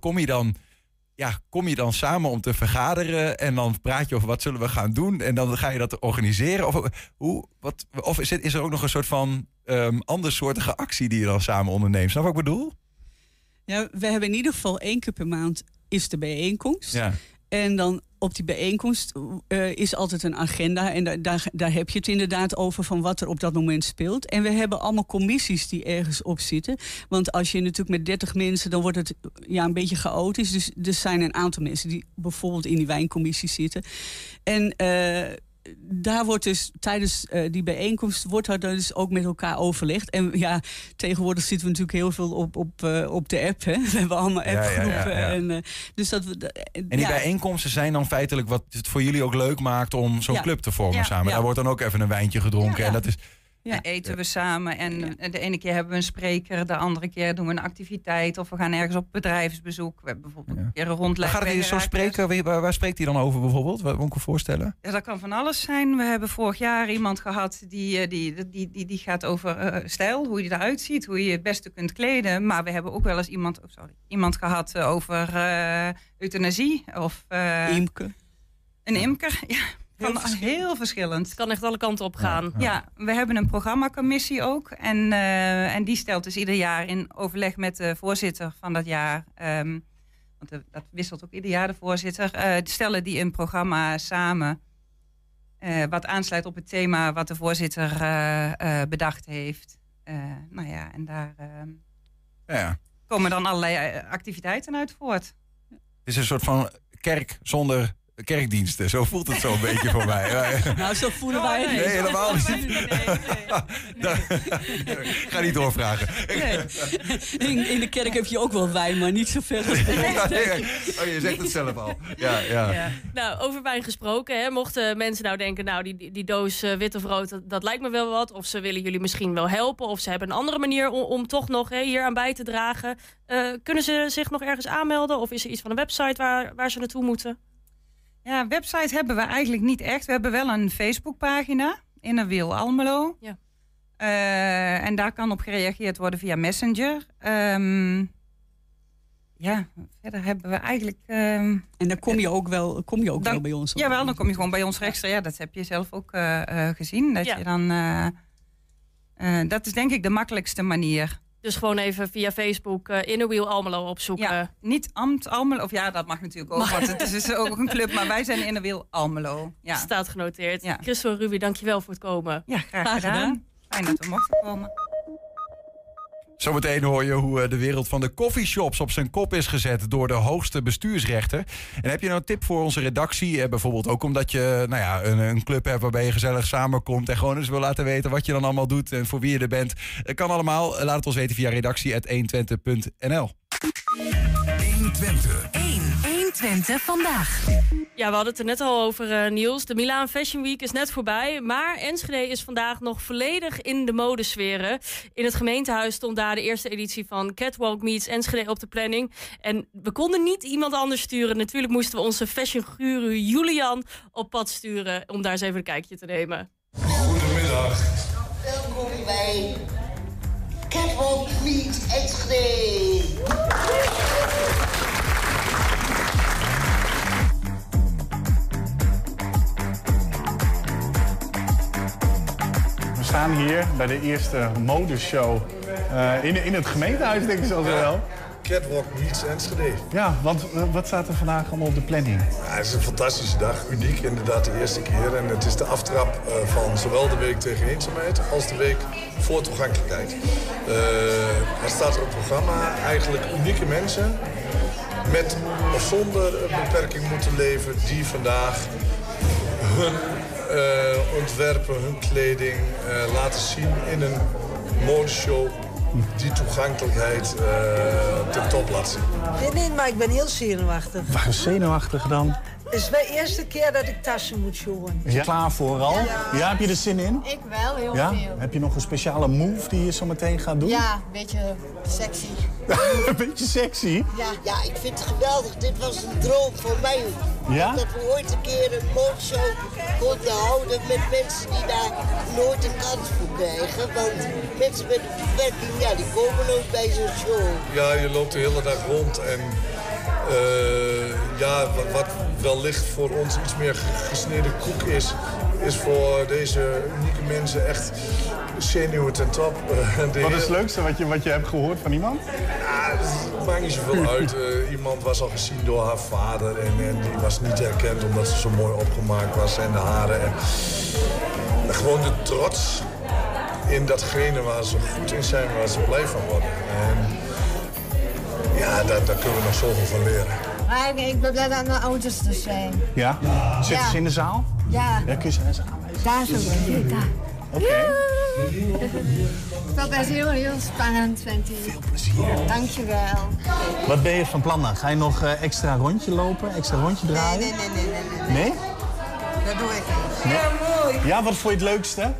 kom je dan samen om te vergaderen en dan praat je over wat zullen we gaan doen en dan ga je dat organiseren? Of is er ook nog een soort van andersoortige actie die je dan samen onderneemt? Snap wat ik bedoel? Ja, we hebben in ieder geval 1 keer per maand is de bijeenkomst. Ja. En dan op die bijeenkomst is altijd een agenda. En daar heb je het inderdaad over van wat er op dat moment speelt. En we hebben allemaal commissies die ergens op zitten. Want als je natuurlijk met 30 mensen, dan wordt het een beetje chaotisch. Dus er zijn een aantal mensen die bijvoorbeeld in die wijncommissie zitten. En daar wordt dus tijdens die bijeenkomst wordt er dus ook met elkaar overlegd. En ja, tegenwoordig zitten we natuurlijk heel veel op de app. Hè? We hebben allemaal appgroepen. Ja. En die bijeenkomsten zijn dan feitelijk wat het voor jullie ook leuk maakt om zo'n club te vormen samen. Ja. Daar wordt dan ook even een wijntje gedronken. En dat is. Ja, eten we samen en de ene keer hebben we een spreker, de andere keer doen we een activiteit of we gaan ergens op bedrijfsbezoek. We hebben bijvoorbeeld een keer een rondleiding. Gaat het hier zo'n spreker? Waar spreekt hij dan over bijvoorbeeld? Wat moet ik me voorstellen? Ja, dat kan van alles zijn. We hebben vorig jaar iemand gehad die gaat over stijl, hoe je eruit ziet, hoe je je het beste kunt kleden. Maar we hebben ook wel eens iemand gehad over euthanasie of imker. Een imker, ja. Heel verschillend. Het kan echt alle kanten op gaan. Ja, we hebben een programmacommissie ook. En die stelt dus ieder jaar in overleg met de voorzitter van dat jaar. Want dat wisselt ook ieder jaar, de voorzitter. Stellen die een programma samen. Wat aansluit op het thema wat de voorzitter bedacht heeft. En daar komen dan allerlei activiteiten uit voort. Het is een soort van kerk zonder kerkdiensten. Zo voelt het zo'n beetje voor mij. Nou, zo voelen wij het niet. Nee, helemaal niet. Ik ga niet doorvragen. Nee. In de kerk heb je ook wel wijn, maar niet zoveel. Je zegt het zelf al. Ja. Nou, over wijn gesproken. Hè, mochten mensen nou denken, die doos wit of rood, dat lijkt me wel wat. Of ze willen jullie misschien wel helpen. Of ze hebben een andere manier om toch nog hier aan bij te dragen. Kunnen ze zich nog ergens aanmelden? Of is er iets van een website waar ze naartoe moeten? Ja, website hebben we eigenlijk niet echt. We hebben wel een Facebookpagina, Innerwiel Almelo. Ja. En daar kan op gereageerd worden via Messenger. Verder hebben we eigenlijk... En dan kom je ook wel bij ons? Jawel, dan kom je gewoon bij ons rechtstreeks. Ja, dat heb je zelf ook gezien. Dat je dan... dat is denk ik de makkelijkste manier. Dus gewoon even via Facebook Inner Wheel Almelo opzoeken. Ja, niet Amt Almelo. Of ja, dat mag natuurlijk ook, want het is dus ook een club. Maar wij zijn Inner Wheel Almelo. Ja. Staat genoteerd. Ja. Christel en Ruby, dankjewel voor het komen. Ja, graag gedaan. Fijn dat we mochten komen. Zometeen hoor je hoe de wereld van de coffeeshops op zijn kop is gezet door de hoogste bestuursrechter. En heb je nou een tip voor onze redactie? Bijvoorbeeld ook omdat je een club hebt waarbij je gezellig samenkomt en gewoon eens wil laten weten wat je dan allemaal doet en voor wie je er bent. Kan allemaal. Laat het ons weten via redactie@120.nl. 120. 120 vandaag. Ja, we hadden het er net al over, Niels. De Milaan Fashion Week is net voorbij. Maar Enschede is vandaag nog volledig in de modesferen. In het gemeentehuis stond daar de eerste editie van Catwalk Meets Enschede op de planning. En we konden niet iemand anders sturen. Natuurlijk moesten we onze fashion guru Julian op pad sturen om daar eens even een kijkje te nemen. Goedemiddag. Welkom bij Catwalk Meets Enschede. We staan hier bij de eerste modeshow in het gemeentehuis, denk ik zo wel. Catwalk Meets Enschede. Ja, want wat staat er vandaag allemaal op de planning? Ja, het is een fantastische dag, uniek inderdaad de eerste keer. En het is de aftrap van zowel de week tegen eenzaamheid als de week voor toegankelijkheid. Er staat er op het programma eigenlijk unieke mensen met of zonder beperking moeten leven die vandaag hun ontwerpen, hun kleding laten zien in een modeshow die toegankelijkheid ten top laat zien. Nee, maar ik ben heel zenuwachtig. Waarom zenuwachtig dan? Het is mijn eerste keer dat ik tassen moet showen. Is je klaar voor al? Ja, heb je er zin in? Ik wel, heel veel. Heb je nog een speciale move die je zo meteen gaat doen? Ja, een beetje sexy. Een beetje sexy? Ja, ik vind het geweldig. Dit was een droom voor mij. Ja? Dat we ooit een keer een modeshow konden houden met mensen die daar nooit een kans voor krijgen. Want mensen met een beperking, die komen nooit bij zo'n show. Ja, je loopt de hele dag rond en wat wellicht voor ons iets meer gesneden koek is voor deze unieke mensen echt zenuwen ten top. Wat is het leukste wat je hebt gehoord van iemand? Ja, het maakt niet zoveel uit. Iemand was al gezien door haar vader en die was niet herkend omdat ze zo mooi opgemaakt was en de haren. En gewoon de trots in datgene waar ze goed in zijn, waar ze blij van worden. En ja, daar kunnen we nog zoveel van leren. Maar ik ben blij dat mijn ouders er zijn. Ja? Zitten ze in de zaal? Ja. Ja, kun je ze eens aanwijzen? Daar zo. Daar. Oké. Dat is heel spannend, vind ik. Veel plezier. Dankjewel. Wat ben je van plan dan? Ga je nog extra rondje lopen, extra rondje draaien? Nee? Dat doe ik niet. Nee? Ja, mooi. Ja, wat vond je het leukste?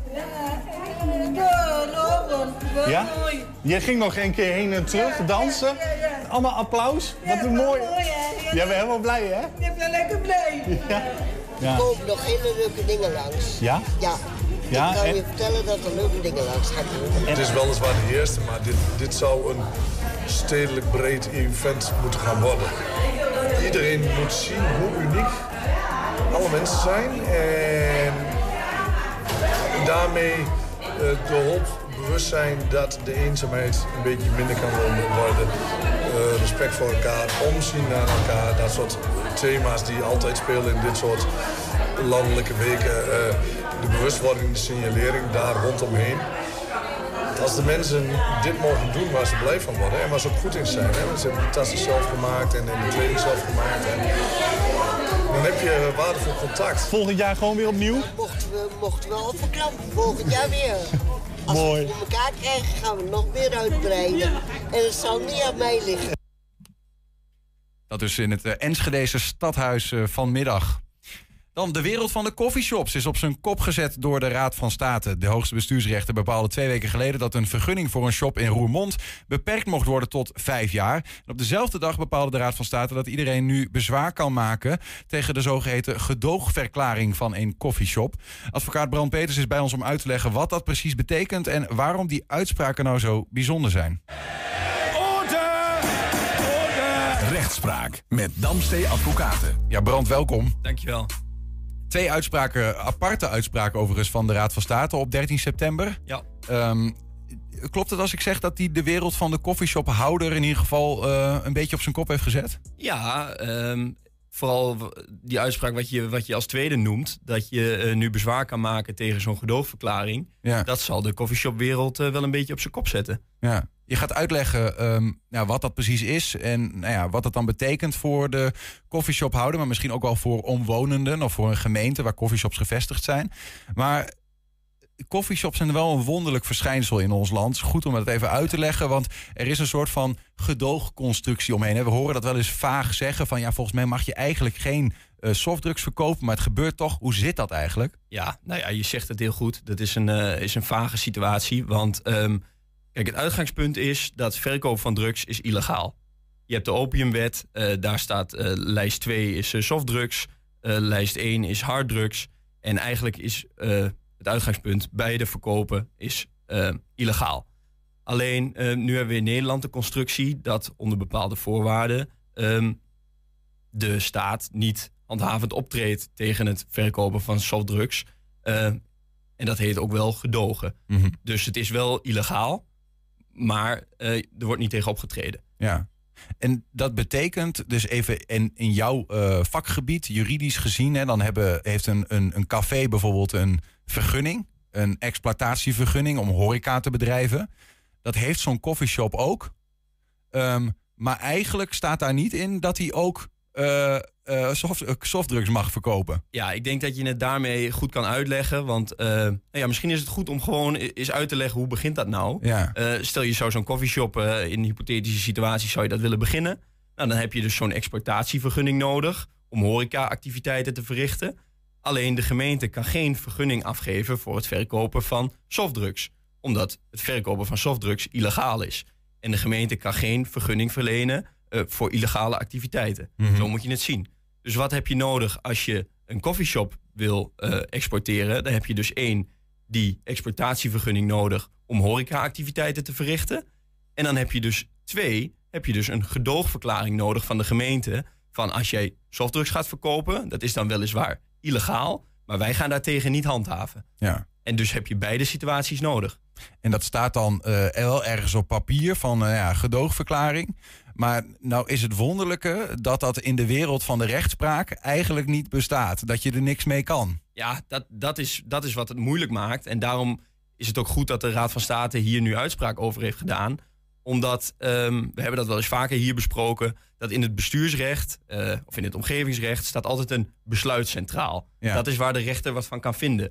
Ja? Je ging nog een keer heen en terug dansen. Allemaal applaus. Wat een mooi. Jij bent helemaal blij, hè? Ik ben lekker blij. Er komen nog hele leuke dingen langs. Ja? Ja. Ja, ik kan je vertellen dat er leuke dingen langs gaan komen. Het is weliswaar de eerste, maar dit zou een stedelijk breed event moeten gaan worden. Iedereen moet zien hoe uniek alle mensen zijn en daarmee de hoop bewust zijn dat de eenzaamheid een beetje minder kan worden. Respect voor elkaar, omzien naar elkaar, dat soort thema's die altijd spelen in dit soort landelijke weken. De bewustwording, de signalering daar rondomheen. Als de mensen dit mogen doen waar ze blij van worden en waar ze ook goed in zijn. Hè? Ze hebben de tassen zelf gemaakt en de kleding zelf gemaakt. En dan heb je waardevol contact. Volgend jaar gewoon weer opnieuw? Mochten we al verklampen, volgend jaar weer. Als Mooi. we het voor elkaar krijgen, gaan we nog meer uitbreiden. En het zal niet aan mij liggen. Dat dus in het Enschedese stadhuis vanmiddag. Dan de wereld van de coffeeshops is op zijn kop gezet door de Raad van State. De hoogste bestuursrechter bepaalde 2 weken geleden dat een vergunning voor een shop in Roermond beperkt mocht worden tot 5 jaar. En op dezelfde dag bepaalde de Raad van State dat iedereen nu bezwaar kan maken tegen de zogeheten gedoogverklaring van een coffeeshop. Advocaat Bram Peters is bij ons om uit te leggen wat dat precies betekent en waarom die uitspraken nou zo bijzonder zijn. Rechtspraak met Damstee Advocaten. Ja, Brand, welkom. Dankjewel. 2 uitspraken, aparte uitspraken overigens van de Raad van State op 13 september. Ja. Klopt het als ik zeg dat hij de wereld van de coffeeshophouder in ieder geval een beetje op zijn kop heeft gezet? Ja, vooral die uitspraak wat je als tweede noemt, dat je nu bezwaar kan maken tegen zo'n gedoogverklaring. Ja. Dat zal de coffeeshopwereld wel een beetje op zijn kop zetten. Ja. Je gaat uitleggen wat dat precies is en wat dat dan betekent voor de coffeeshophouder, maar misschien ook wel voor omwonenden of voor een gemeente waar coffeeshops gevestigd zijn. Maar coffeeshops zijn wel een wonderlijk verschijnsel in ons land. Het is goed om het even uit te leggen, want er is een soort van gedoogconstructie omheen. We horen dat wel eens vaag zeggen van volgens mij mag je eigenlijk geen softdrugs verkopen, maar het gebeurt toch. Hoe zit dat eigenlijk? Ja, je zegt het heel goed. Dat is een vage situatie, want kijk, het uitgangspunt is dat verkoop van drugs is illegaal. Je hebt de opiumwet, daar staat lijst 2 is softdrugs, lijst 1 is harddrugs. En eigenlijk is het uitgangspunt, beide verkopen is illegaal. Alleen, nu hebben we in Nederland de constructie dat onder bepaalde voorwaarden de staat niet handhavend optreedt tegen het verkopen van softdrugs. En dat heet ook wel gedogen. Mm-hmm. Dus het is wel illegaal. Maar er wordt niet tegen opgetreden. Ja. En dat betekent dus even in jouw vakgebied, juridisch gezien, dan heeft een café bijvoorbeeld een vergunning, een exploitatievergunning om horeca te bedrijven. Dat heeft zo'n coffeeshop ook. Maar eigenlijk staat daar niet in dat hij ook softdrugs mag verkopen. Ja, ik denk dat je het daarmee goed kan uitleggen. Want misschien is het goed om gewoon eens uit te leggen hoe begint dat nou. Ja. Stel je zou zo'n coffeeshop in een hypothetische situatie zou je dat willen beginnen. Nou, dan heb je dus zo'n exploitatievergunning nodig om horeca-activiteiten te verrichten. Alleen de gemeente kan geen vergunning afgeven voor het verkopen van softdrugs. Omdat het verkopen van softdrugs illegaal is. En de gemeente kan geen vergunning verlenen voor illegale activiteiten. Mm-hmm. Zo moet je het zien. Dus wat heb je nodig als je een coffeeshop wil exporteren? Dan heb je dus 1, die exploitatievergunning nodig om horeca-activiteiten te verrichten. En dan heb je dus 2, een gedoogverklaring nodig van de gemeente. Van als jij softdrugs gaat verkopen, dat is dan weliswaar illegaal, maar wij gaan daartegen niet handhaven. Ja. En dus heb je beide situaties nodig. En dat staat dan wel ergens op papier van gedoogverklaring. Maar nou is het wonderlijke dat in de wereld van de rechtspraak eigenlijk niet bestaat. Dat je er niks mee kan. Ja, dat is wat het moeilijk maakt. En daarom is het ook goed dat de Raad van State hier nu uitspraak over heeft gedaan. Omdat, we hebben dat wel eens vaker hier besproken, dat in het bestuursrecht of in het omgevingsrecht staat altijd een besluit centraal. Ja. Dat is waar de rechter wat van kan vinden.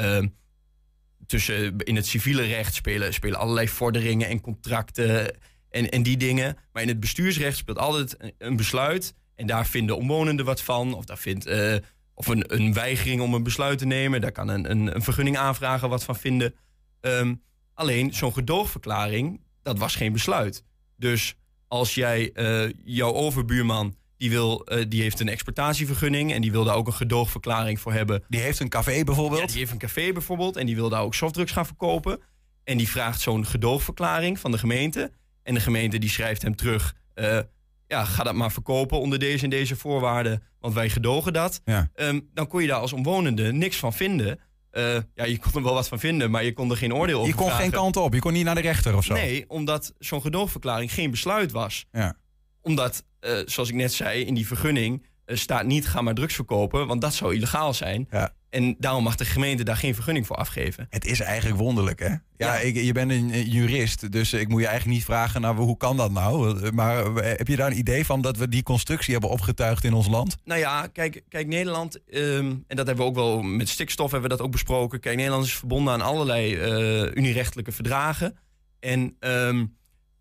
In het civiele recht spelen allerlei vorderingen en contracten en die dingen. Maar in het bestuursrecht speelt altijd een besluit. En daar vinden omwonenden wat van. Of daar vindt of een weigering om een besluit te nemen. Daar kan een vergunning aanvragen wat van vinden. Alleen zo'n gedoogverklaring, dat was geen besluit. Dus als jij jouw overbuurman, die heeft een exploitatievergunning en die wil daar ook een gedoogverklaring voor hebben. Die heeft een café bijvoorbeeld? Ja, die heeft een café bijvoorbeeld en die wil daar ook softdrugs gaan verkopen. En die vraagt zo'n gedoogverklaring van de gemeente. En de gemeente die schrijft hem terug, ga dat maar verkopen onder deze en deze voorwaarden, want wij gedogen dat. Ja. Dan kon je daar als omwonende niks van vinden. Je kon er wel wat van vinden, maar je kon er geen oordeel over vragen. Je kon geen kant op, je kon niet naar de rechter of zo? Nee, omdat zo'n gedoogverklaring geen besluit was. Ja. Omdat, zoals ik net zei, in die vergunning staat niet ga maar drugs verkopen, want dat zou illegaal zijn. Ja. En daarom mag de gemeente daar geen vergunning voor afgeven. Het is eigenlijk wonderlijk, hè? Ja. Je bent een jurist, dus ik moet je eigenlijk niet vragen naar hoe kan dat nou? Maar heb je daar een idee van dat we die constructie hebben opgetuigd in ons land? Nou ja, kijk Nederland, en dat hebben we ook wel met stikstof hebben we dat ook besproken. Kijk, Nederland is verbonden aan allerlei unierechtelijke verdragen. En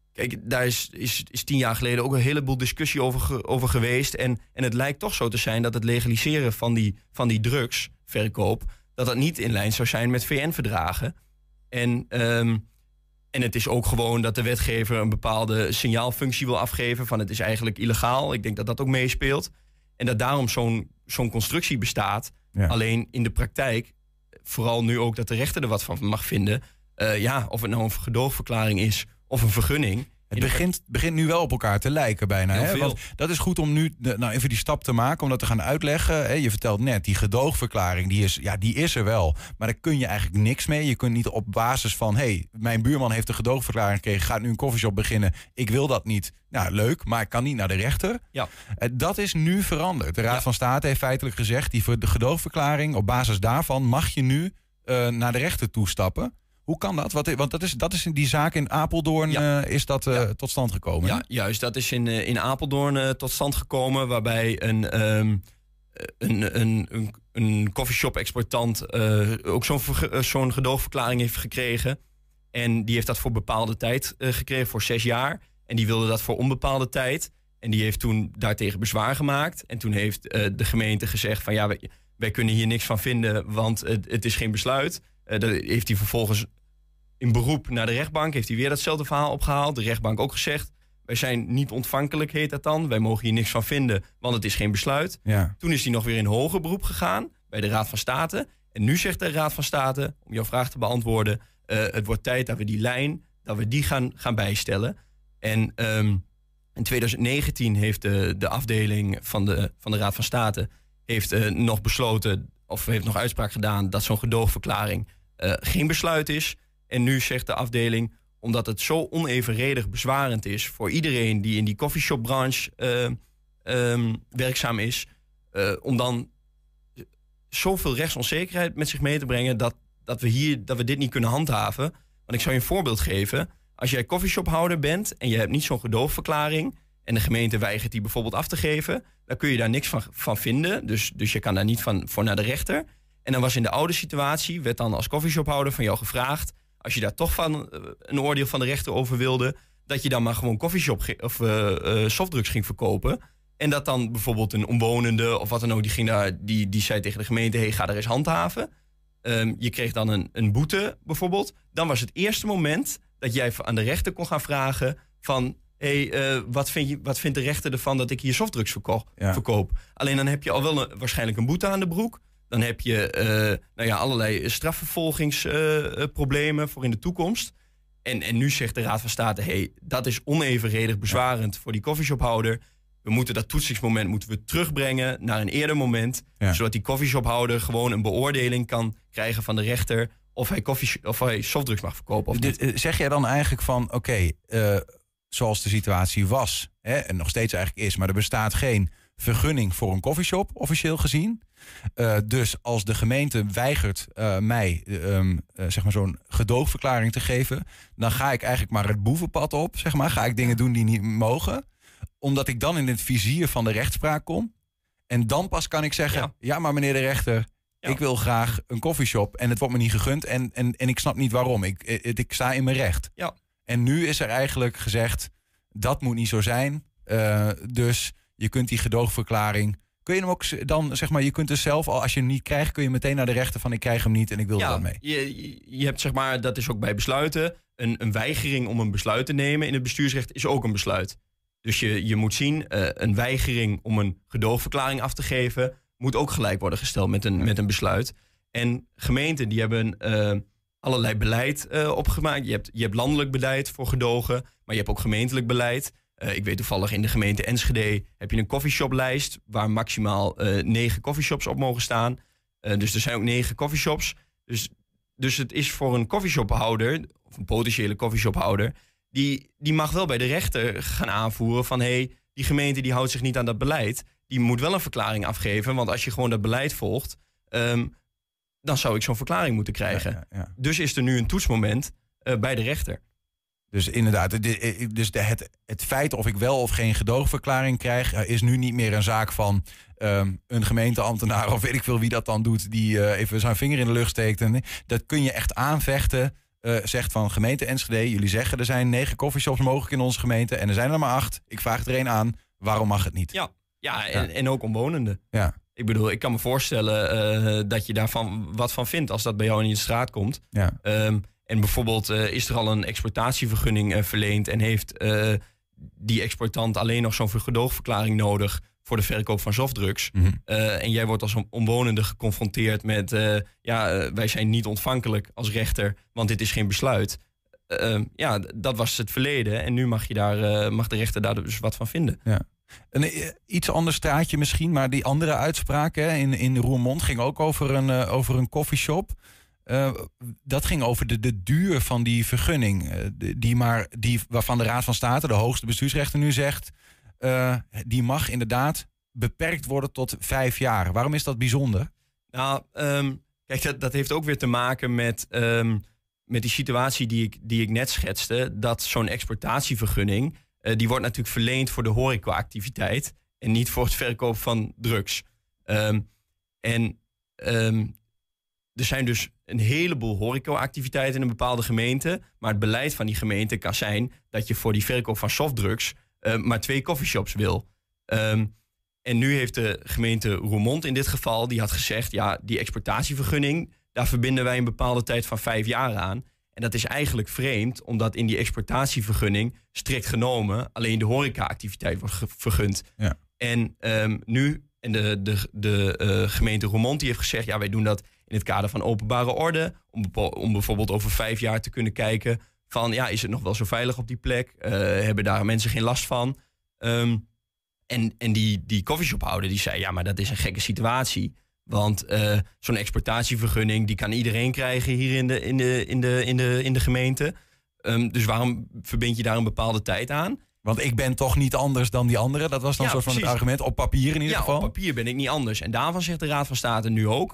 Kijk, daar is 10 jaar geleden ook een heleboel discussie over geweest. En het lijkt toch zo te zijn dat het legaliseren van die drugsverkoop, dat niet in lijn zou zijn met VN-verdragen. En het is ook gewoon dat de wetgever een bepaalde signaalfunctie wil afgeven van het is eigenlijk illegaal. Ik denk dat dat ook meespeelt. En dat daarom zo'n constructie bestaat. Ja. Alleen in de praktijk, vooral nu ook dat de rechter er wat van mag vinden. Of het nou een gedoogverklaring is of een vergunning. Het begint nu wel op elkaar te lijken bijna. Hè? Want dat is goed om nu even die stap te maken, om dat te gaan uitleggen. Hè? Je vertelt net, die gedoogverklaring, die is er wel. Maar daar kun je eigenlijk niks mee. Je kunt niet op basis van, mijn buurman heeft een gedoogverklaring gekregen, gaat nu een koffieshop beginnen. Ik wil dat niet. Nou, leuk, maar ik kan niet naar de rechter. Ja. Dat is nu veranderd. De Raad van State heeft feitelijk gezegd, de gedoogverklaring, op basis daarvan mag je nu naar de rechter toestappen. Hoe kan dat? Want dat is in die zaak in Apeldoorn is dat tot stand gekomen. Ja, juist. Dat is in Apeldoorn tot stand gekomen, waarbij een coffeeshop-exploitant ook zo'n gedoogverklaring heeft gekregen. En die heeft dat voor bepaalde tijd gekregen, voor 6 jaar. En die wilde dat voor onbepaalde tijd. En die heeft toen daartegen bezwaar gemaakt. En toen heeft de gemeente gezegd van wij kunnen hier niks van vinden, want het is geen besluit. Dat heeft hij vervolgens in beroep naar de rechtbank, heeft hij weer datzelfde verhaal opgehaald. De rechtbank ook gezegd, wij zijn niet ontvankelijk, heet dat dan. Wij mogen hier niks van vinden, want het is geen besluit. Ja. Toen is hij nog weer in hoger beroep gegaan bij de Raad van State. En nu zegt de Raad van State, om jouw vraag te beantwoorden, het wordt tijd dat we die lijn, dat we die gaan bijstellen. En in 2019 heeft de afdeling van de Raad van State heeft nog besloten, of heeft nog uitspraak gedaan, dat zo'n gedoogverklaring geen besluit is. En nu zegt de afdeling, omdat het zo onevenredig bezwarend is voor iedereen die in die coffeeshopbranche werkzaam is, om dan zoveel rechtsonzekerheid met zich mee te brengen dat we dit niet kunnen handhaven. Want ik zou je een voorbeeld geven. Als jij coffeeshophouder bent en je hebt niet zo'n gedoogverklaring en de gemeente weigert die bijvoorbeeld af te geven, dan kun je daar niks van vinden. Dus je kan daar niet voor naar de rechter. En dan was in de oude situatie, werd dan als coffeeshophouder van jou gevraagd, als je daar toch van een oordeel van de rechter over wilde, dat je dan maar gewoon coffeeshop of softdrugs ging verkopen. En dat dan bijvoorbeeld een omwonende of wat dan ook, die zei tegen de gemeente, ga er eens handhaven. Je kreeg dan een boete bijvoorbeeld. Dan was het eerste moment dat jij aan de rechter kon gaan vragen van, wat vindt de rechter ervan dat ik hier softdrugs verkoop? Alleen dan heb je al wel waarschijnlijk een boete aan de broek. Dan heb je allerlei strafvervolgingsproblemen voor in de toekomst. En nu zegt de Raad van State, dat is onevenredig bezwarend voor die coffeeshophouder. We moeten dat toetsingsmoment terugbrengen naar een eerder moment. Ja. Zodat die coffeeshophouder gewoon een beoordeling kan krijgen van de rechter of hij softdrugs mag verkopen of niet. Zeg jij dan eigenlijk van, zoals de situatie was, en nog steeds eigenlijk is, maar er bestaat geen vergunning voor een coffeeshop, officieel gezien. Dus als de gemeente weigert mij zo'n gedoogverklaring te geven, dan ga ik eigenlijk maar het boevenpad op, ga ik dingen doen die niet mogen, omdat ik dan in het vizier van de rechtspraak kom. En dan pas kan ik zeggen, ja maar meneer de rechter, ik wil graag een coffeeshop en het wordt me niet gegund en ik snap niet waarom. Ik sta in mijn recht. Ja. En nu is er eigenlijk gezegd, dat moet niet zo zijn. Dus je kunt die gedoogverklaring, kun je hem ook dan, je kunt dus zelf al, als je hem niet krijgt, kun je meteen naar de rechter van, ik krijg hem niet en ik wil er wat mee. Je hebt dat is ook bij besluiten, een weigering om een besluit te nemen in het bestuursrecht is ook een besluit. Dus je moet zien, een weigering om een gedoogverklaring af te geven moet ook gelijk worden gesteld met een besluit. En gemeenten die hebben allerlei beleid opgemaakt. Je hebt landelijk beleid voor gedogen, maar je hebt ook gemeentelijk beleid. Ik weet toevallig in de gemeente Enschede heb je een coffeeshoplijst waar maximaal 9 coffeeshops op mogen staan. Dus er zijn ook 9 coffeeshops. Dus het is voor een coffeeshophouder, of een potentiële coffeeshophouder, die mag wel bij de rechter gaan aanvoeren van die gemeente die houdt zich niet aan dat beleid. Die moet wel een verklaring afgeven, want als je gewoon dat beleid volgt, dan zou ik zo'n verklaring moeten krijgen. Ja. Dus is er nu een toetsmoment bij de rechter. Dus inderdaad, het feit of ik wel of geen gedoogverklaring krijg, is nu niet meer een zaak van een gemeenteambtenaar of weet ik veel wie dat dan doet, die even zijn vinger in de lucht steekt. En dat kun je echt aanvechten zegt van gemeente Enschede, jullie zeggen er zijn 9 coffeeshops mogelijk in onze gemeente en er zijn er maar 8. Ik vraag er 1 aan. Waarom mag het niet? Ja, en ook omwonenden. Ja. Ik bedoel, ik kan me voorstellen dat je daarvan wat van vindt als dat bij jou in de straat komt. Ja. En bijvoorbeeld is er al een exploitatievergunning verleend en heeft die exploitant alleen nog zo'n gedoogverklaring nodig voor de verkoop van softdrugs. Mm-hmm. En jij wordt als omwonende geconfronteerd met wij zijn niet ontvankelijk als rechter, want dit is geen besluit. Dat was het verleden en nu mag de rechter daar dus wat van vinden. Ja. Een iets ander straatje misschien, maar die andere uitspraak in Roermond ging ook over een coffeeshop. Dat ging over de duur van die vergunning. Waarvan de Raad van State, de hoogste bestuursrechter, nu zegt, die mag inderdaad beperkt worden tot 5 jaar. Waarom is dat bijzonder? Nou, kijk, dat heeft ook weer te maken met die situatie die ik net schetste. Dat zo'n exportatievergunning, die wordt natuurlijk verleend voor de horecaactiviteit en niet voor het verkoop van drugs. Er zijn dus een heleboel horecaactiviteiten in een bepaalde gemeente, maar het beleid van die gemeente kan zijn dat je voor die verkoop van softdrugs maar 2 coffeeshops wil. En nu heeft de gemeente Roermond in dit geval, die had gezegd, die exportatievergunning, daar verbinden wij een bepaalde tijd van 5 jaar aan. En dat is eigenlijk vreemd, omdat in die exportatievergunning strikt genomen alleen de horecaactiviteit wordt vergund. Ja. En de gemeente Roermond die heeft gezegd, wij doen dat in het kader van openbare orde, om bijvoorbeeld over 5 jaar te kunnen kijken van, is het nog wel zo veilig op die plek? Hebben daar mensen geen last van? En die coffeeshophouder die zei, maar dat is een gekke situatie. Want zo'n exportatievergunning die kan iedereen krijgen hier in de gemeente. Dus waarom verbind je daar een bepaalde tijd aan? Want ik ben toch niet anders dan die anderen? Dat was dan soort van het argument, op papier in ieder geval? Ja, op papier ben ik niet anders. En daarvan zegt de Raad van State nu ook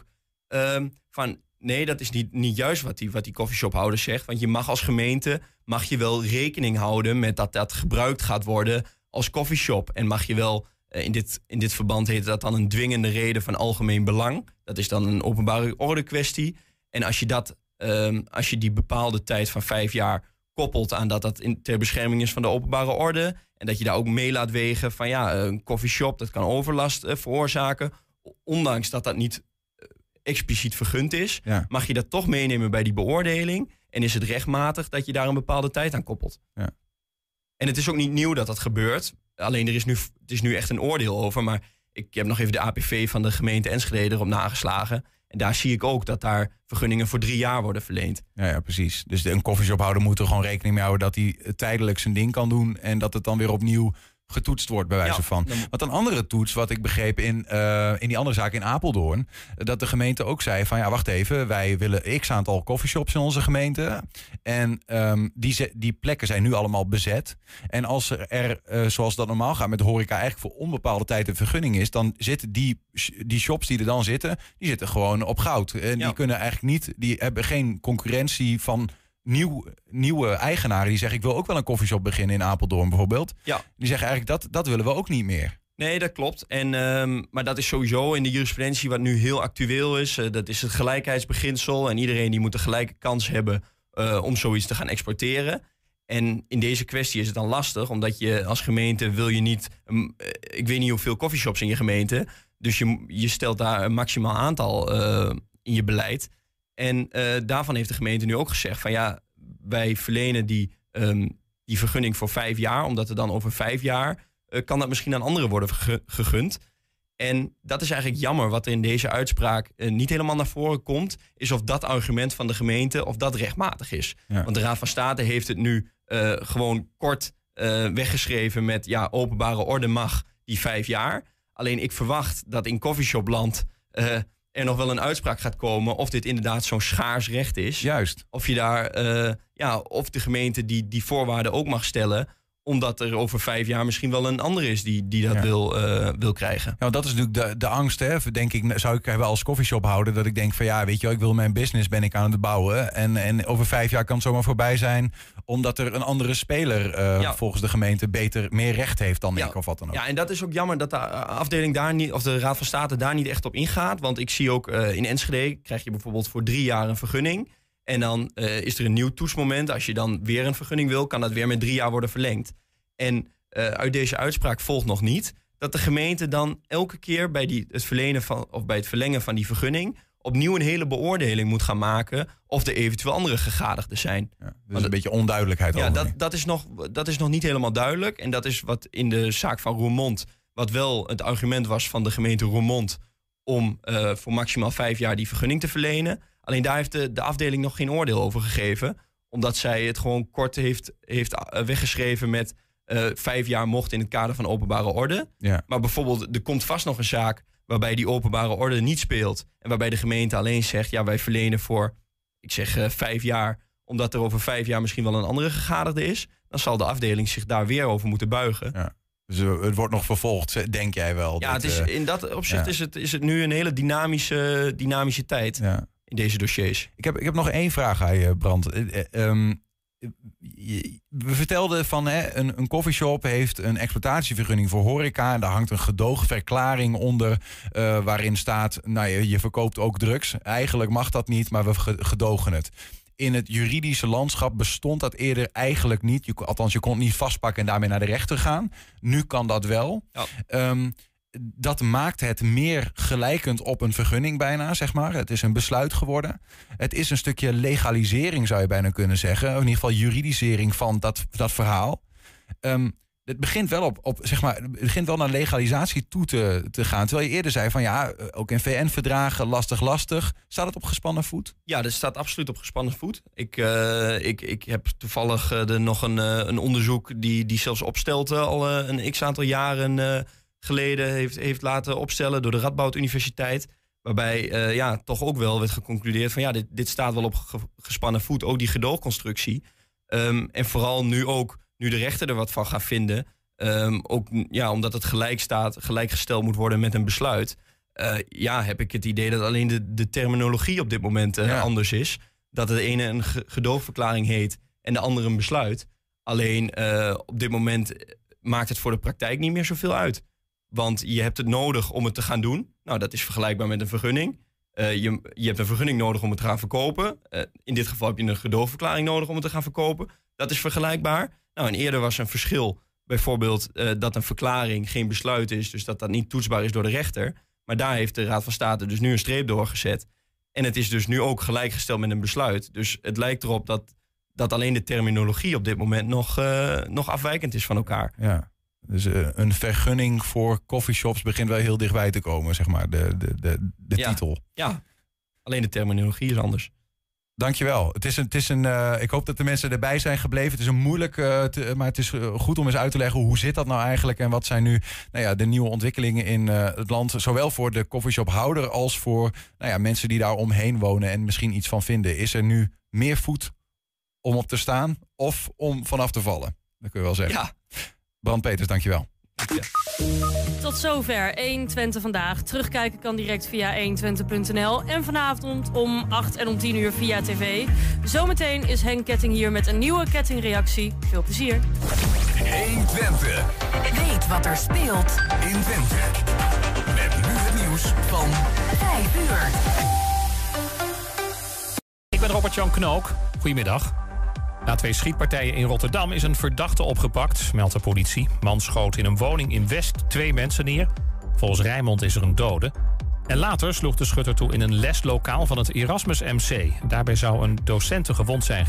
van, nee, dat is niet juist wat die coffeeshophouder zegt. Want je mag als gemeente wel rekening houden met dat gebruikt gaat worden als coffeeshop. En mag je wel, in dit verband heet dat dan een dwingende reden van algemeen belang. Dat is dan een openbare orde kwestie. En als je die bepaalde tijd van 5 jaar koppelt aan dat ter bescherming is van de openbare orde, en dat je daar ook mee laat wegen van een coffeeshop, dat kan overlast veroorzaken, ondanks dat niet expliciet vergund is, mag je dat toch meenemen bij die beoordeling en is het rechtmatig dat je daar een bepaalde tijd aan koppelt. Ja. En het is ook niet nieuw dat dat gebeurt. Alleen het is nu echt een oordeel over. Maar ik heb nog even de APV van de gemeente Enschede erop nageslagen. En daar zie ik ook dat daar vergunningen voor 3 jaar worden verleend. Ja, precies. Dus een coffeeshophouder moet er gewoon rekening mee houden dat hij tijdelijk zijn ding kan doen en dat het dan weer opnieuw getoetst wordt, bij wijze van. Want een andere toets, wat ik begreep in die andere zaak in Apeldoorn, dat de gemeente ook zei van wacht even, wij willen x aantal coffeeshops in onze gemeente. En die plekken zijn nu allemaal bezet. En als er zoals dat normaal gaat met de horeca, eigenlijk voor onbepaalde tijd een vergunning is, dan zitten die shops die er dan zitten, die zitten gewoon op goud. En die kunnen eigenlijk niet, die hebben geen concurrentie van nieuwe eigenaren die zeggen, ik wil ook wel een coffeeshop beginnen in Apeldoorn bijvoorbeeld. Ja. Die zeggen eigenlijk, dat willen we ook niet meer. Nee, dat klopt. Maar dat is sowieso in de jurisprudentie wat nu heel actueel is. Dat is het gelijkheidsbeginsel. En iedereen die moet een gelijke kans hebben om zoiets te gaan exporteren. En in deze kwestie is het dan lastig, omdat je als gemeente wil je niet, ik weet niet hoeveel coffeeshops in je gemeente, dus je stelt daar een maximaal aantal in je beleid. En daarvan heeft de gemeente nu ook gezegd van wij verlenen die vergunning voor 5 jaar, omdat er dan over 5 jaar kan dat misschien aan anderen worden gegund. En dat is eigenlijk jammer, wat er in deze uitspraak niet helemaal naar voren komt, is of dat argument van de gemeente, of dat rechtmatig is. Ja. Want de Raad van State heeft het nu gewoon kort weggeschreven met openbare orde mag die 5 jaar. Alleen ik verwacht dat in coffeeshopland er nog wel een uitspraak gaat komen of dit inderdaad zo'n schaars recht is. Juist. Of je daar, of de gemeente die voorwaarden ook mag stellen, omdat er over 5 jaar misschien wel een ander is die dat wil krijgen. Ja, want dat is natuurlijk de angst, denk ik, zou ik hebben als coffeeshophouder, dat ik denk van weet je wel, ik wil mijn business, ben ik aan het bouwen. En over 5 jaar kan het zomaar voorbij zijn, omdat er een andere speler volgens de gemeente meer recht heeft dan ik of wat dan ook. Ja, en dat is ook jammer dat de afdeling daar niet, of de Raad van State daar niet echt op ingaat. Want ik zie ook in Enschede krijg je bijvoorbeeld voor 3 jaar een vergunning. En dan is er een nieuw toetsmoment. Als je dan weer een vergunning wil, kan dat weer met 3 jaar worden verlengd. En uit deze uitspraak volgt nog niet dat de gemeente dan elke keer bij het verlengen van die vergunning opnieuw een hele beoordeling moet gaan maken of er eventueel andere gegadigden zijn. Ja, dus een beetje onduidelijkheid over. Ja, dat is nog niet helemaal duidelijk. En dat is wat in de zaak van Roermond, wat wel het argument was van de gemeente Roermond om voor maximaal 5 jaar die vergunning te verlenen. Alleen daar heeft de afdeling nog geen oordeel over gegeven, omdat zij het gewoon kort heeft weggeschreven met 5 jaar mocht in het kader van openbare orde. Ja. Maar bijvoorbeeld, er komt vast nog een zaak waarbij die openbare orde niet speelt en waarbij de gemeente alleen zegt, ja, wij verlenen voor, ik zeg 5 jaar, omdat er over 5 jaar misschien wel een andere gegadigde is. Dan zal de afdeling zich daar weer over moeten buigen. Ja. Dus het wordt nog vervolgd, denk jij wel? Ja, in dat opzicht is het nu een hele dynamische tijd in deze dossiers. Ik heb nog 1 vraag aan je, Brand. We vertelden van een coffeeshop heeft een exploitatievergunning voor horeca. En daar hangt een gedoogverklaring onder waarin staat, nou, je verkoopt ook drugs. Eigenlijk mag dat niet, maar we gedogen het. In het juridische landschap bestond dat eerder eigenlijk niet. Althans, je kon het niet vastpakken en daarmee naar de rechter gaan. Nu kan dat wel. Ja. Dat maakt het meer gelijkend op een vergunning bijna, zeg maar. Het is een besluit geworden. Het is een stukje legalisering, zou je bijna kunnen zeggen. Of in ieder geval juridisering van dat verhaal. Het begint wel het begint wel naar legalisatie toe te gaan. Terwijl je eerder zei van ja, ook in VN-verdragen, lastig. Staat het op gespannen voet? Ja, dat staat absoluut op gespannen voet. Ik heb toevallig nog een onderzoek die zelfs Opstelten al een x-aantal jaren geleden heeft laten opstellen door de Radboud Universiteit. Waarbij toch ook wel werd geconcludeerd van ja, dit staat wel op gespannen voet. Ook die gedoogconstructie. En vooral nu de rechter er wat van gaat vinden. Omdat het gelijkgesteld moet worden met een besluit. Heb ik het idee dat alleen de terminologie op dit moment anders is. Dat de ene een gedoogverklaring heet en de andere een besluit. Alleen op dit moment maakt het voor de praktijk niet meer zoveel uit. Want je hebt het nodig om het te gaan doen. Nou, dat is vergelijkbaar met een vergunning. Je hebt een vergunning nodig om het te gaan verkopen. In dit geval heb je een gedoogverklaring nodig om het te gaan verkopen. Dat is vergelijkbaar. Nou, en eerder was een verschil bijvoorbeeld dat een verklaring geen besluit is. Dus dat niet toetsbaar is door de rechter. Maar daar heeft de Raad van State dus nu een streep doorgezet. En het is dus nu ook gelijkgesteld met een besluit. Dus het lijkt erop dat alleen de terminologie op dit moment nog afwijkend is van elkaar. Ja. Dus een vergunning voor coffeeshops begint wel heel dichtbij te komen, zeg maar, de titel. Ja, alleen de terminologie is anders. Dankjewel. Ik hoop dat de mensen erbij zijn gebleven. Het is een moeilijk, maar het is goed om eens uit te leggen hoe zit dat nou eigenlijk en wat zijn nu de nieuwe ontwikkelingen in het land. Zowel voor de coffeeshophouder als voor mensen die daar omheen wonen en misschien iets van vinden. Is er nu meer voet om op te staan of om vanaf te vallen? Dat kun je wel zeggen. Ja. Brand Peters, dankjewel. Ja. Tot zover 120 vandaag. Terugkijken kan direct via 120.nl. En vanavond om 8 en om 10 uur via tv. Zometeen is Henk Ketting hier met een nieuwe kettingreactie. Veel plezier. 120. Weet wat er speelt in Twente. Met nu het nieuws van 5 uur. Ik ben Robert-Jan Knook. Goedemiddag. Na 2 schietpartijen in Rotterdam is een verdachte opgepakt, meldt de politie. Man schoot in een woning in West 2 mensen neer. Volgens Rijnmond is er een dode. En later sloeg de schutter toe in een leslokaal van het Erasmus MC. Daarbij zou een docent gewond zijn